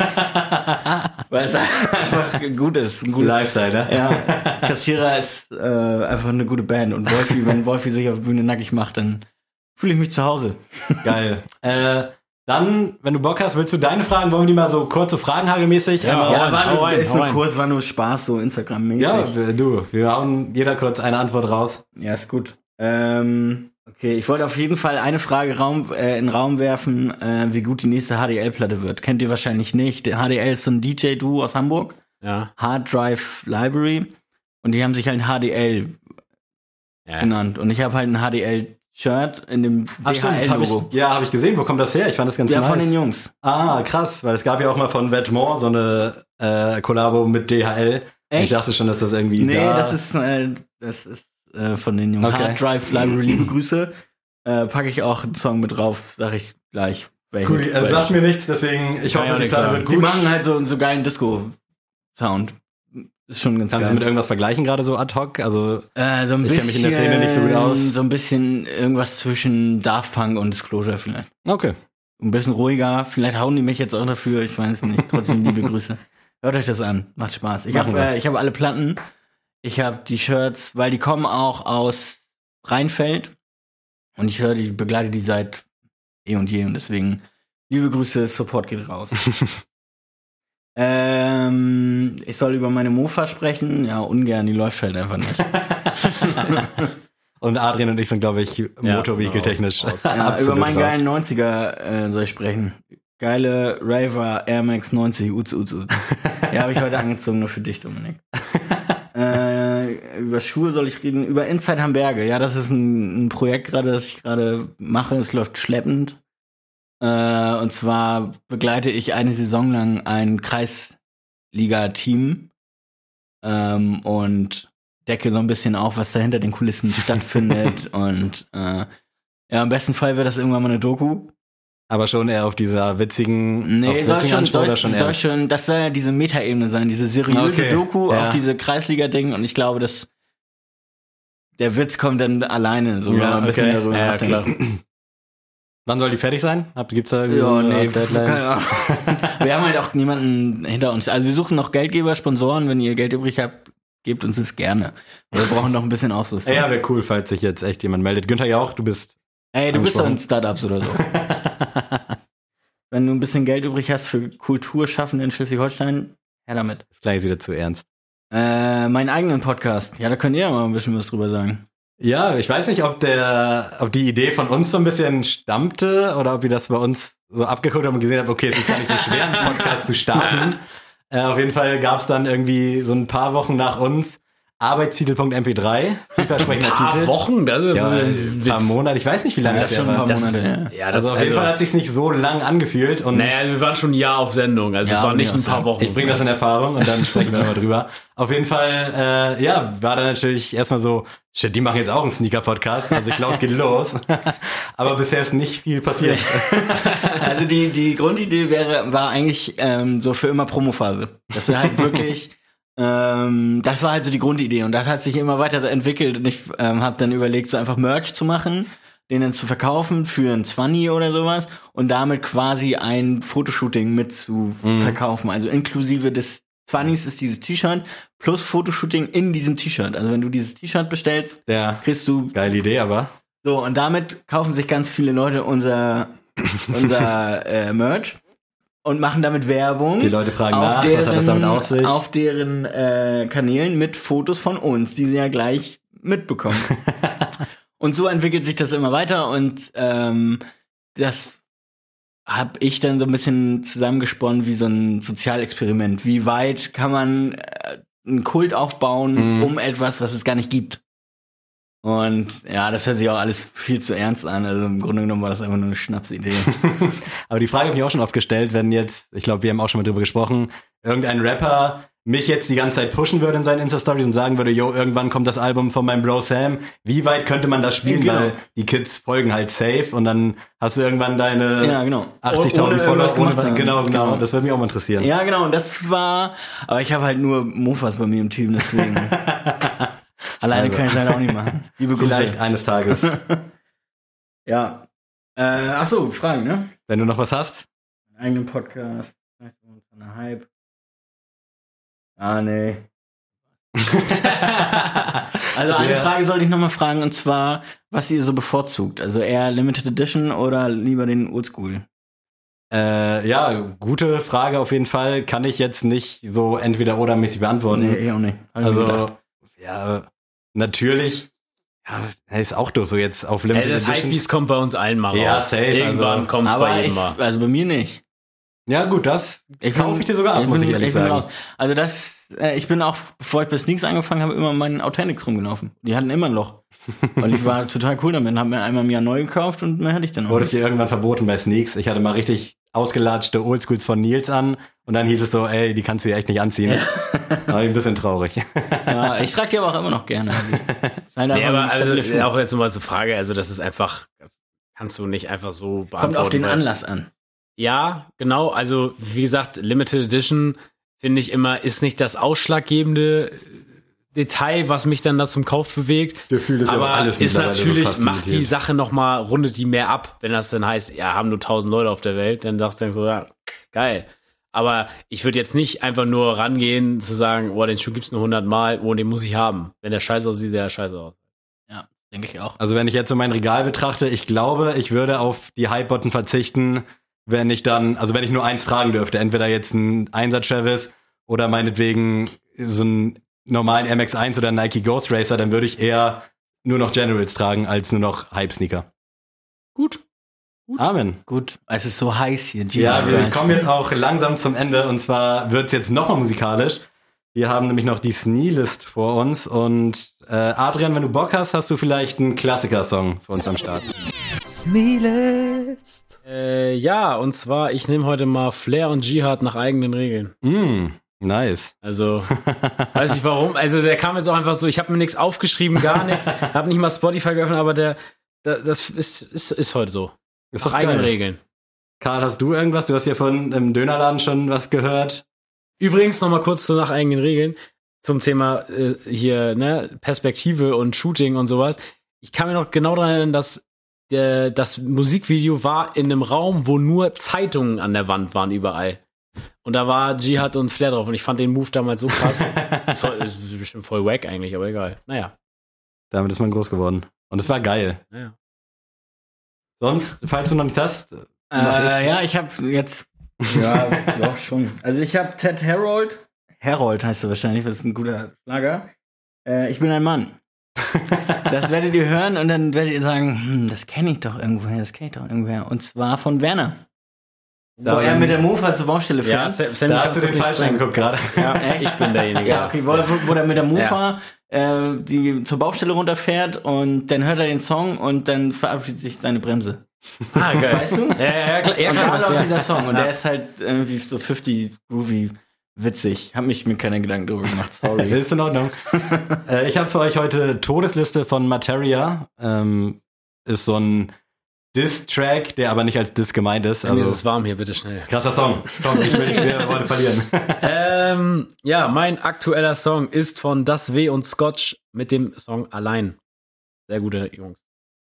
Weil es einfach gut ist. Ein gutes Lifestyle, ne? Ja, Kassierer ist äh, einfach eine gute Band. Und Wolfi, wenn Wolfi sich auf der Bühne nackig macht, dann fühle ich mich zu Hause. Geil. Äh, Dann, wenn du Bock hast, willst du deine Fragen, wollen wir die mal so kurze Fragen hagelmäßig? Ja, einmal hau Ja, rein, war hau nur, rein, ist hau nur rein. kurz, war nur Spaß, so Instagram-mäßig. Ja, wir- du, wir hauen jeder kurz eine Antwort raus. Ja, ist gut. Ähm, okay, ich wollte auf jeden Fall eine Frage Raum, äh, in den Raum werfen, äh, wie gut die nächste H D L-Platte wird. Kennt ihr wahrscheinlich nicht. Der H D L ist so ein D J-Duo aus Hamburg. Ja. Hard Drive Library. Und die haben sich halt H D L ja. genannt. Und ich habe halt ein H D L-Shirt in dem Ach, D H stimmt, hab ich, L-Logo. ja, habe ich gesehen. Wo kommt das her? Ich fand das ganz Ja, nice. von den Jungs. Ah, krass, weil es gab ja auch mal von Vetements so eine äh, Kollabo mit D H L. Echt? Ich dachte schon, dass das irgendwie Nee, da... das ist, äh, das ist äh, von den Jungs. Okay. Hard Drive Library, liebe Grüße. Äh, packe ich auch einen Song mit drauf, sag ich gleich. welchen. Gut, er sagt mir nichts, deswegen ich Kann hoffe, ja auch die nichts Platte sagen. wird Die gut. machen halt so, so geilen Disco-Sound. Ist schon ganz Kannst du geil. mit irgendwas vergleichen, gerade so ad hoc? Also, Äh, so ein Ich bisschen, kenn mich in der Szene nicht so gut aus. So ein bisschen irgendwas zwischen Daft Punk und Disclosure vielleicht. okay. Ein bisschen ruhiger. Vielleicht hauen die mich jetzt auch dafür. Ich weiß es nicht. Trotzdem liebe Grüße. Hört euch das an. Macht Spaß. Ich Machen habe wir. äh, ich hab alle Platten. Ich habe die Shirts, weil die kommen auch aus Rheinfeld. Und ich höre die, begleite die seit eh und je. Und deswegen liebe Grüße, Support geht raus. ähm, ich soll über meine Mofa sprechen. Ja, ungern. Die läuft halt einfach nicht. Und Adrian und ich sind, glaube ich, motorvehikeltechnisch. raus, raus. Ja, absolut über meinen raus. geilen neunziger äh, soll ich sprechen. Geile Raver Air Max neunzig, Uz, Uz, Uz. Ja, habe ich heute angezogen, nur für dich, Dominik. äh, über Schuhe soll ich reden. Über Inside Hamburge. Ja, das ist ein, ein Projekt gerade, das ich gerade mache. Es läuft schleppend. Äh, und zwar begleite ich eine Saison lang ein Kreisliga-Team ähm, und decke so ein bisschen auf, was da hinter den Kulissen stattfindet. Und äh, ja, im besten Fall wird das irgendwann mal eine Doku. Aber schon eher auf dieser witzigen, Nee, auf soll witzigen schon, Anspruch soll, oder schon soll ernst? schon, das soll ja diese Metaebene sein, diese seriöse Okay, Doku ja. auf diese Kreisliga-Ding. Und ich glaube, dass der Witz kommt dann alleine, so Ja, wenn man ein bisschen okay. darüber Ja, nachdenkt. Wann soll die fertig sein? Habt, gibt's da irgendwie so Ja, eine nee, Art Deadline? keine Ahnung. Wir haben halt auch niemanden hinter uns. Also wir suchen noch Geldgeber, Sponsoren. Wenn ihr Geld übrig habt, gebt uns das gerne. Wir brauchen noch ein bisschen Ausrüstung. Ja, wäre cool, falls sich jetzt echt jemand meldet. Günther Jauch, du bist... Ey, du bist doch in angesprochen. Startups oder so. Wenn du ein bisschen Geld übrig hast für Kulturschaffende in Schleswig-Holstein, her damit. Gleich ist wieder zu ernst. Äh, meinen eigenen Podcast. Ja, da könnt ihr ja mal ein bisschen was drüber sagen. Ja, ich weiß nicht, ob der, ob die Idee von uns so ein bisschen stammte oder ob wir das bei uns so abgeguckt haben und gesehen haben, okay, es ist gar nicht so schwer, einen Podcast zu starten. Äh, auf jeden Fall gab es dann irgendwie so ein paar Wochen nach uns Arbeitstitel Punkt M P drei, vielversprechender Ein paar Titel. Wochen, das ist Ja, ein ein paar Witz. Monate, ich weiß nicht, wie lange Ja, das das ist schon ein her paar war. Monate, ja. Ja, das Also auf jeden Fall hat sich's nicht so lang angefühlt und Naja, wir waren schon ein Jahr auf Sendung, also Ja, es waren nee, nicht ein das paar war- Wochen. ich bringe das in Erfahrung und dann sprechen wir nochmal drüber. Auf jeden Fall, äh, ja, war dann natürlich erstmal so, shit, die machen jetzt auch einen Sneaker-Podcast, also ich glaube, es geht los. Aber bisher ist nicht viel passiert. Also die, die Grundidee wäre, war eigentlich ähm, so für immer Promophase. Dass wir halt wirklich, ähm, das war halt so die Grundidee und das hat sich immer weiter so entwickelt und ich ähm, habe dann überlegt, so einfach Merch zu machen, den dann zu verkaufen für ein zwanzig oder sowas und damit quasi ein Fotoshooting mit zu verkaufen. Also inklusive des zwanzigs ist dieses T-Shirt plus Fotoshooting in diesem T-Shirt. Also wenn du dieses T-Shirt bestellst, Ja, kriegst du geile Idee, aber so, und damit kaufen sich ganz viele Leute unser, unser äh, Merch und machen damit Werbung. die Leute fragen auf nach, deren, was hat das damit auf sich? Auf deren äh, Kanälen mit Fotos von uns, die sie ja gleich mitbekommen. Und so entwickelt sich das immer weiter und ähm, das habe ich dann so ein bisschen zusammengesponnen wie so ein Sozialexperiment. Wie weit kann man äh, einen Kult aufbauen Mhm. um etwas, was es gar nicht gibt? Und ja, das hört sich auch alles viel zu ernst an. Also im Grunde genommen war das einfach nur eine Schnapsidee. Aber die Frage habe ich auch schon oft gestellt, wenn jetzt, ich glaube, wir haben auch schon mal drüber gesprochen, irgendein Rapper mich jetzt die ganze Zeit pushen würde in seinen Insta-Stories und sagen würde, yo, irgendwann kommt das Album von meinem Bro Sam. Wie weit könnte man das spielen? Genau. Weil die Kids folgen halt safe und dann hast du irgendwann deine Ja, genau. achtzigtausend Ohne Follower. irgendwas gemacht zu haben. Genau, genau, Genau. Das würde mich auch mal interessieren. Ja, genau. Und das war, aber ich habe halt nur Mofas bei mir im Team, deswegen. Alleine Also. kann ich es halt auch nicht machen. Liebe Grüße. Vielleicht eines Tages. Ja. Äh, ach so, Fragen, ne? Wenn du noch was hast. Eigenen Podcast. Von der Hype. Ah, nee. Also eine Ja. Frage sollte ich nochmal fragen, und zwar, was ihr so bevorzugt. Also eher Limited Edition oder lieber den Oldschool? Äh, ja, gute Frage auf jeden Fall. Kann ich jetzt nicht so entweder oder mäßig beantworten. Nee, ich auch nicht. Hab ich mir Also, gedacht. ja, natürlich, ja, er ist auch durch so jetzt auf Limited Ey, das Editions. Hypebeast kommt bei uns allen mal raus. Ja, safe, Irgendwann also- kommt es Aber bei jedem ich, mal. also bei mir nicht. Ja gut, das Ich kaufe bin- ich dir sogar ab, ich muss bin- ich ehrlich bin sagen. raus. Also das, äh, ich bin auch, bevor ich bei Sneaks angefangen habe, immer meinen Authentics rumgelaufen. Die hatten immer ein Loch. Weil ich war total cool damit. Hab mir einmal im Jahr neu gekauft und mehr hatte ich dann noch. Wurde es dir irgendwann verboten bei Sneaks? Ich hatte mal richtig ausgelatschte Oldschools von Nils an und dann hieß es so, ey, die kannst du ja echt nicht anziehen. Da war ich ein bisschen traurig. Ja, ich trage die aber auch immer noch gerne. Also, ist halt Nee, einfach aber ein stabiler also, Schuh. auch jetzt nochmal zur Frage, also das ist einfach, das kannst du nicht einfach so beantworten. Kommt auf den weil- Anlass an. Ja, genau, also wie gesagt, Limited Edition finde ich immer, ist nicht das ausschlaggebende Detail, was mich dann da zum Kauf bewegt. Gefühl ist ja aber auch alles ist mittlerweile so natürlich, fast macht die limitiert. Sache nochmal, rundet die mehr ab, wenn das dann heißt, ja, haben nur tausend Leute auf der Welt, dann sagst du so, ja, geil. Aber ich würde jetzt nicht einfach nur rangehen, zu sagen, oh, den Schuh gibt's nur hundert Mal, oh, den muss ich haben. Wenn der scheiße aussieht, sieht der scheiße aus. Ja, denke ich auch. Also wenn ich jetzt so mein Regal betrachte, ich glaube, ich würde auf die Hype-Botten verzichten, wenn ich dann, also wenn ich nur eins tragen dürfte. Entweder jetzt ein Einsatz-Travis oder meinetwegen so einen normalen M X eins oder einen Nike Ghost Racer, dann würde ich eher nur noch Generals tragen, als nur noch Hype-Sneaker. Gut. Gut. Amen. Gut. Es ist so heiß hier. Jesus Ja, wir Christ. kommen jetzt auch langsam zum Ende und zwar wird's jetzt nochmal musikalisch. Wir haben nämlich noch die Snee-List vor uns und äh, Adrian, wenn du Bock hast, hast du vielleicht einen Klassiker-Song für uns am Start. Sneelist. Äh, ja, und zwar, ich nehme heute mal Flair und Jihad nach eigenen Regeln. Mm, nice. Also, weiß ich warum. Also, der kam jetzt auch einfach so, ich habe mir nichts aufgeschrieben, gar nichts, habe nicht mal Spotify geöffnet, aber der, der das ist, ist, ist heute so. Ist Nach doch eigenen geil. Regeln. Karl, hast du irgendwas? Du hast ja von im Dönerladen schon was gehört. Übrigens noch mal kurz zu nach eigenen Regeln zum Thema äh, hier, ne, Perspektive und Shooting und sowas. Ich kann mir noch genau daran erinnern, dass der, das Musikvideo war in einem Raum, wo nur Zeitungen an der Wand waren überall. Und da war Jihad und Flair drauf und ich fand den Move damals so krass. Das ist bestimmt voll wack eigentlich, aber egal. Naja. Damit ist man groß geworden. Und es war geil. naja. Sonst, falls du noch nicht hast, mach Äh, ich. ja, ich habe jetzt. Ja, doch schon. Also ich habe Ted Harold. Harold heißt er wahrscheinlich, das ist ein guter Schlager. Äh, ich bin ein Mann. Das werdet ihr hören und dann werdet ihr sagen, hm, das kenne ich doch irgendwoher, das kenne ich doch irgendwoher. Und zwar von Werner. Da- Wo er mit der Mofa zur Baustelle Ja, fährt. Sammy, Da hast kannst du das den nicht falsch bringen. angeguckt gerade. Ja, ich bin derjenige. Ja, okay, wo, wo, wo der mit der Mofa äh, die zur Baustelle runterfährt und dann hört er den Song und dann verabschiedet sich seine Bremse. Ah, geil. Weißt du? Ja, ja, ja, klar, ja, Und klar da was, läuft ja. dieser Song und Ja. der ist halt irgendwie so fünfzig groovy witzig. Hab mich mir keine Gedanken drüber gemacht, sorry. Ist in Ordnung. äh, ich habe für euch heute Todesliste von Materia. Ähm, ist so ein Diss-Track, der aber nicht als Diss gemeint ist. Mir ist Also es warm hier, bitte schnell. krasser Song. Komm, ich will nicht mehr Worte verlieren. Ähm, ja, mein aktueller Song ist von Das W und Scotch mit dem Song Allein. Sehr gute Jungs.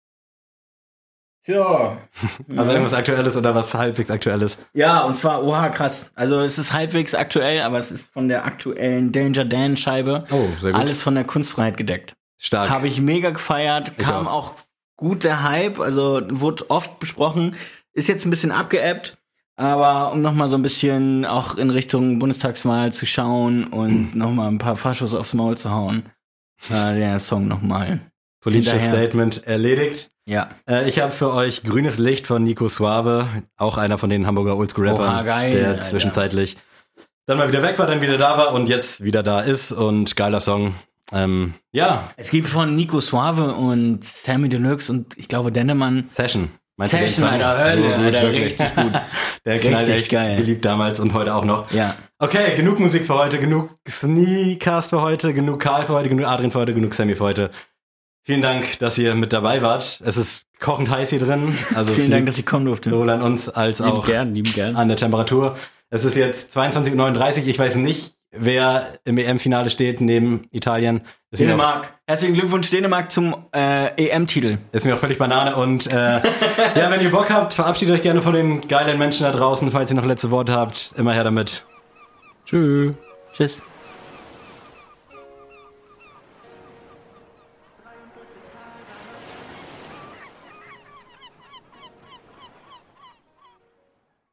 Ja. Also irgendwas Aktuelles oder was halbwegs Aktuelles. Ja, und zwar, oha, krass. Also es ist halbwegs aktuell, aber es ist von der aktuellen Danger Dan Scheibe. Oh, sehr gut. Alles von der Kunstfreiheit gedeckt. Stark. Habe ich mega gefeiert, Ich kam auch. gut der Hype, also wurde oft besprochen, ist jetzt ein bisschen abgeebbt, aber um nochmal so ein bisschen auch in Richtung Bundestagswahl zu schauen und nochmal ein paar Faschos aufs Maul zu hauen, äh, der Song nochmal. Politisches hinterher. Statement erledigt. Ja. Äh, ich habe für euch Grünes Licht von Nico Suave, auch einer von den Hamburger Oldschool-Rappern, Oha, geil, der Alter. zwischenzeitlich dann mal wieder weg war, dann wieder da war und jetzt wieder da ist und geiler Song. Ähm, ja, Es gibt von Nico Suave und Sammy Deluxe und ich glaube Dennemann. Session. Meinst du den Session, Song? Alter, Hölle, So gut, Alter, wirklich. richtig gut. Der knallt Richtig echt geil. geliebt damals und heute auch noch. Ja. Okay, genug Musik für heute, genug Sneakcast für heute, genug Karl für heute, genug Adrian für heute, genug Sammy für heute. Vielen Dank, dass ihr mit dabei wart. Es ist kochend heiß hier drin. Also Vielen es Dank, liegt dass ich kommen durfte. sowohl an uns als Lieben auch gern, lieben gern. an der Temperatur. Es ist jetzt zweiundzwanzig Uhr neununddreißig. Ich weiß nicht, wer im E M-Finale steht neben Italien. Ist mir, auch, Dänemark. Herzlichen Glückwunsch Dänemark zum äh, E M-Titel. ist mir auch völlig Banane. Und äh, ja, wenn ihr Bock habt, verabschiedet euch gerne von den geilen Menschen da draußen. Falls ihr noch letzte Worte habt, immer her damit. Tschüss. Tschüss.